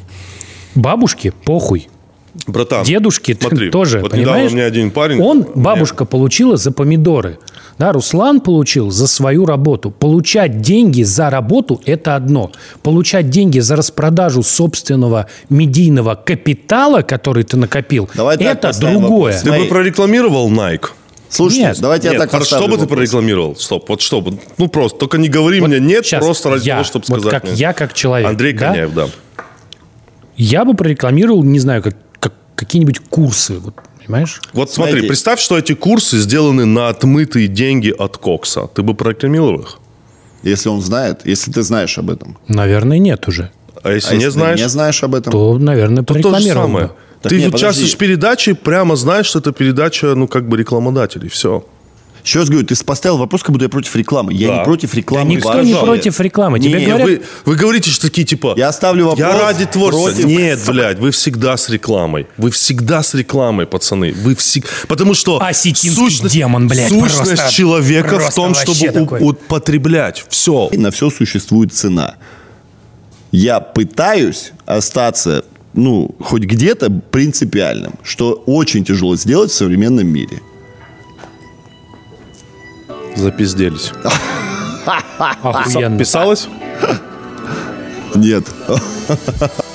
Бабушке похуй. Братан, Дедушке смотри, тоже, вот понимаешь? недавно мне один парень... Он, бабушка получила за помидоры. Да, Руслан получил за свою работу. Получать деньги за работу – это одно. Получать деньги за распродажу собственного медийного капитала, который ты накопил, Давай так это поставим другое. вопрос. Ты Смотри. бы прорекламировал Nike? Слушайте, Нет, давайте Нет, я так хорошо, что поставлю бы ты вопрос. прорекламировал? Стоп, вот что бы. Ну, просто, только не говори мне нет, Щас, просто ради я, того, чтобы вот сказать как мне. я, как человек. Андрей да? Коняев, да. Я бы прорекламировал, не знаю, как, как какие-нибудь курсы, вот, понимаешь? Вот смотри, Знаете- представь, что эти курсы сделаны на отмытые деньги от Кокса. Ты бы прорекламировал их? Если он знает, если ты знаешь об этом. Наверное, нет уже. А если А не если знаешь? ты не знаешь об этом? То, наверное, то то же прорекламировал самое. бы. Так Ты не, участвуешь подожди. в передаче, прямо знаешь, что это передача, ну, как бы рекламодателей. Все. Еще раз говорю, ты поставил вопрос, как будто я против рекламы. Я Да. не против рекламы. Да никто вообще. не против рекламы. Тебе Не, говорят, Вы, вы говорите, что такие, типа... Я оставлю вопрос. Я ради творчества. против- Нет, блядь, вы всегда с рекламой. Вы всегда с рекламой, пацаны. Вы всегда... Потому что Осетинский демон, блядь, сущность просто- человека в просто том, вообще чтобы такой. у- употреблять. Все. И на все существует цена. Я пытаюсь остаться, ну, хоть где-то принципиальным, что очень тяжело сделать в современном мире. Запизделись. охуенно. Писалось? Нет.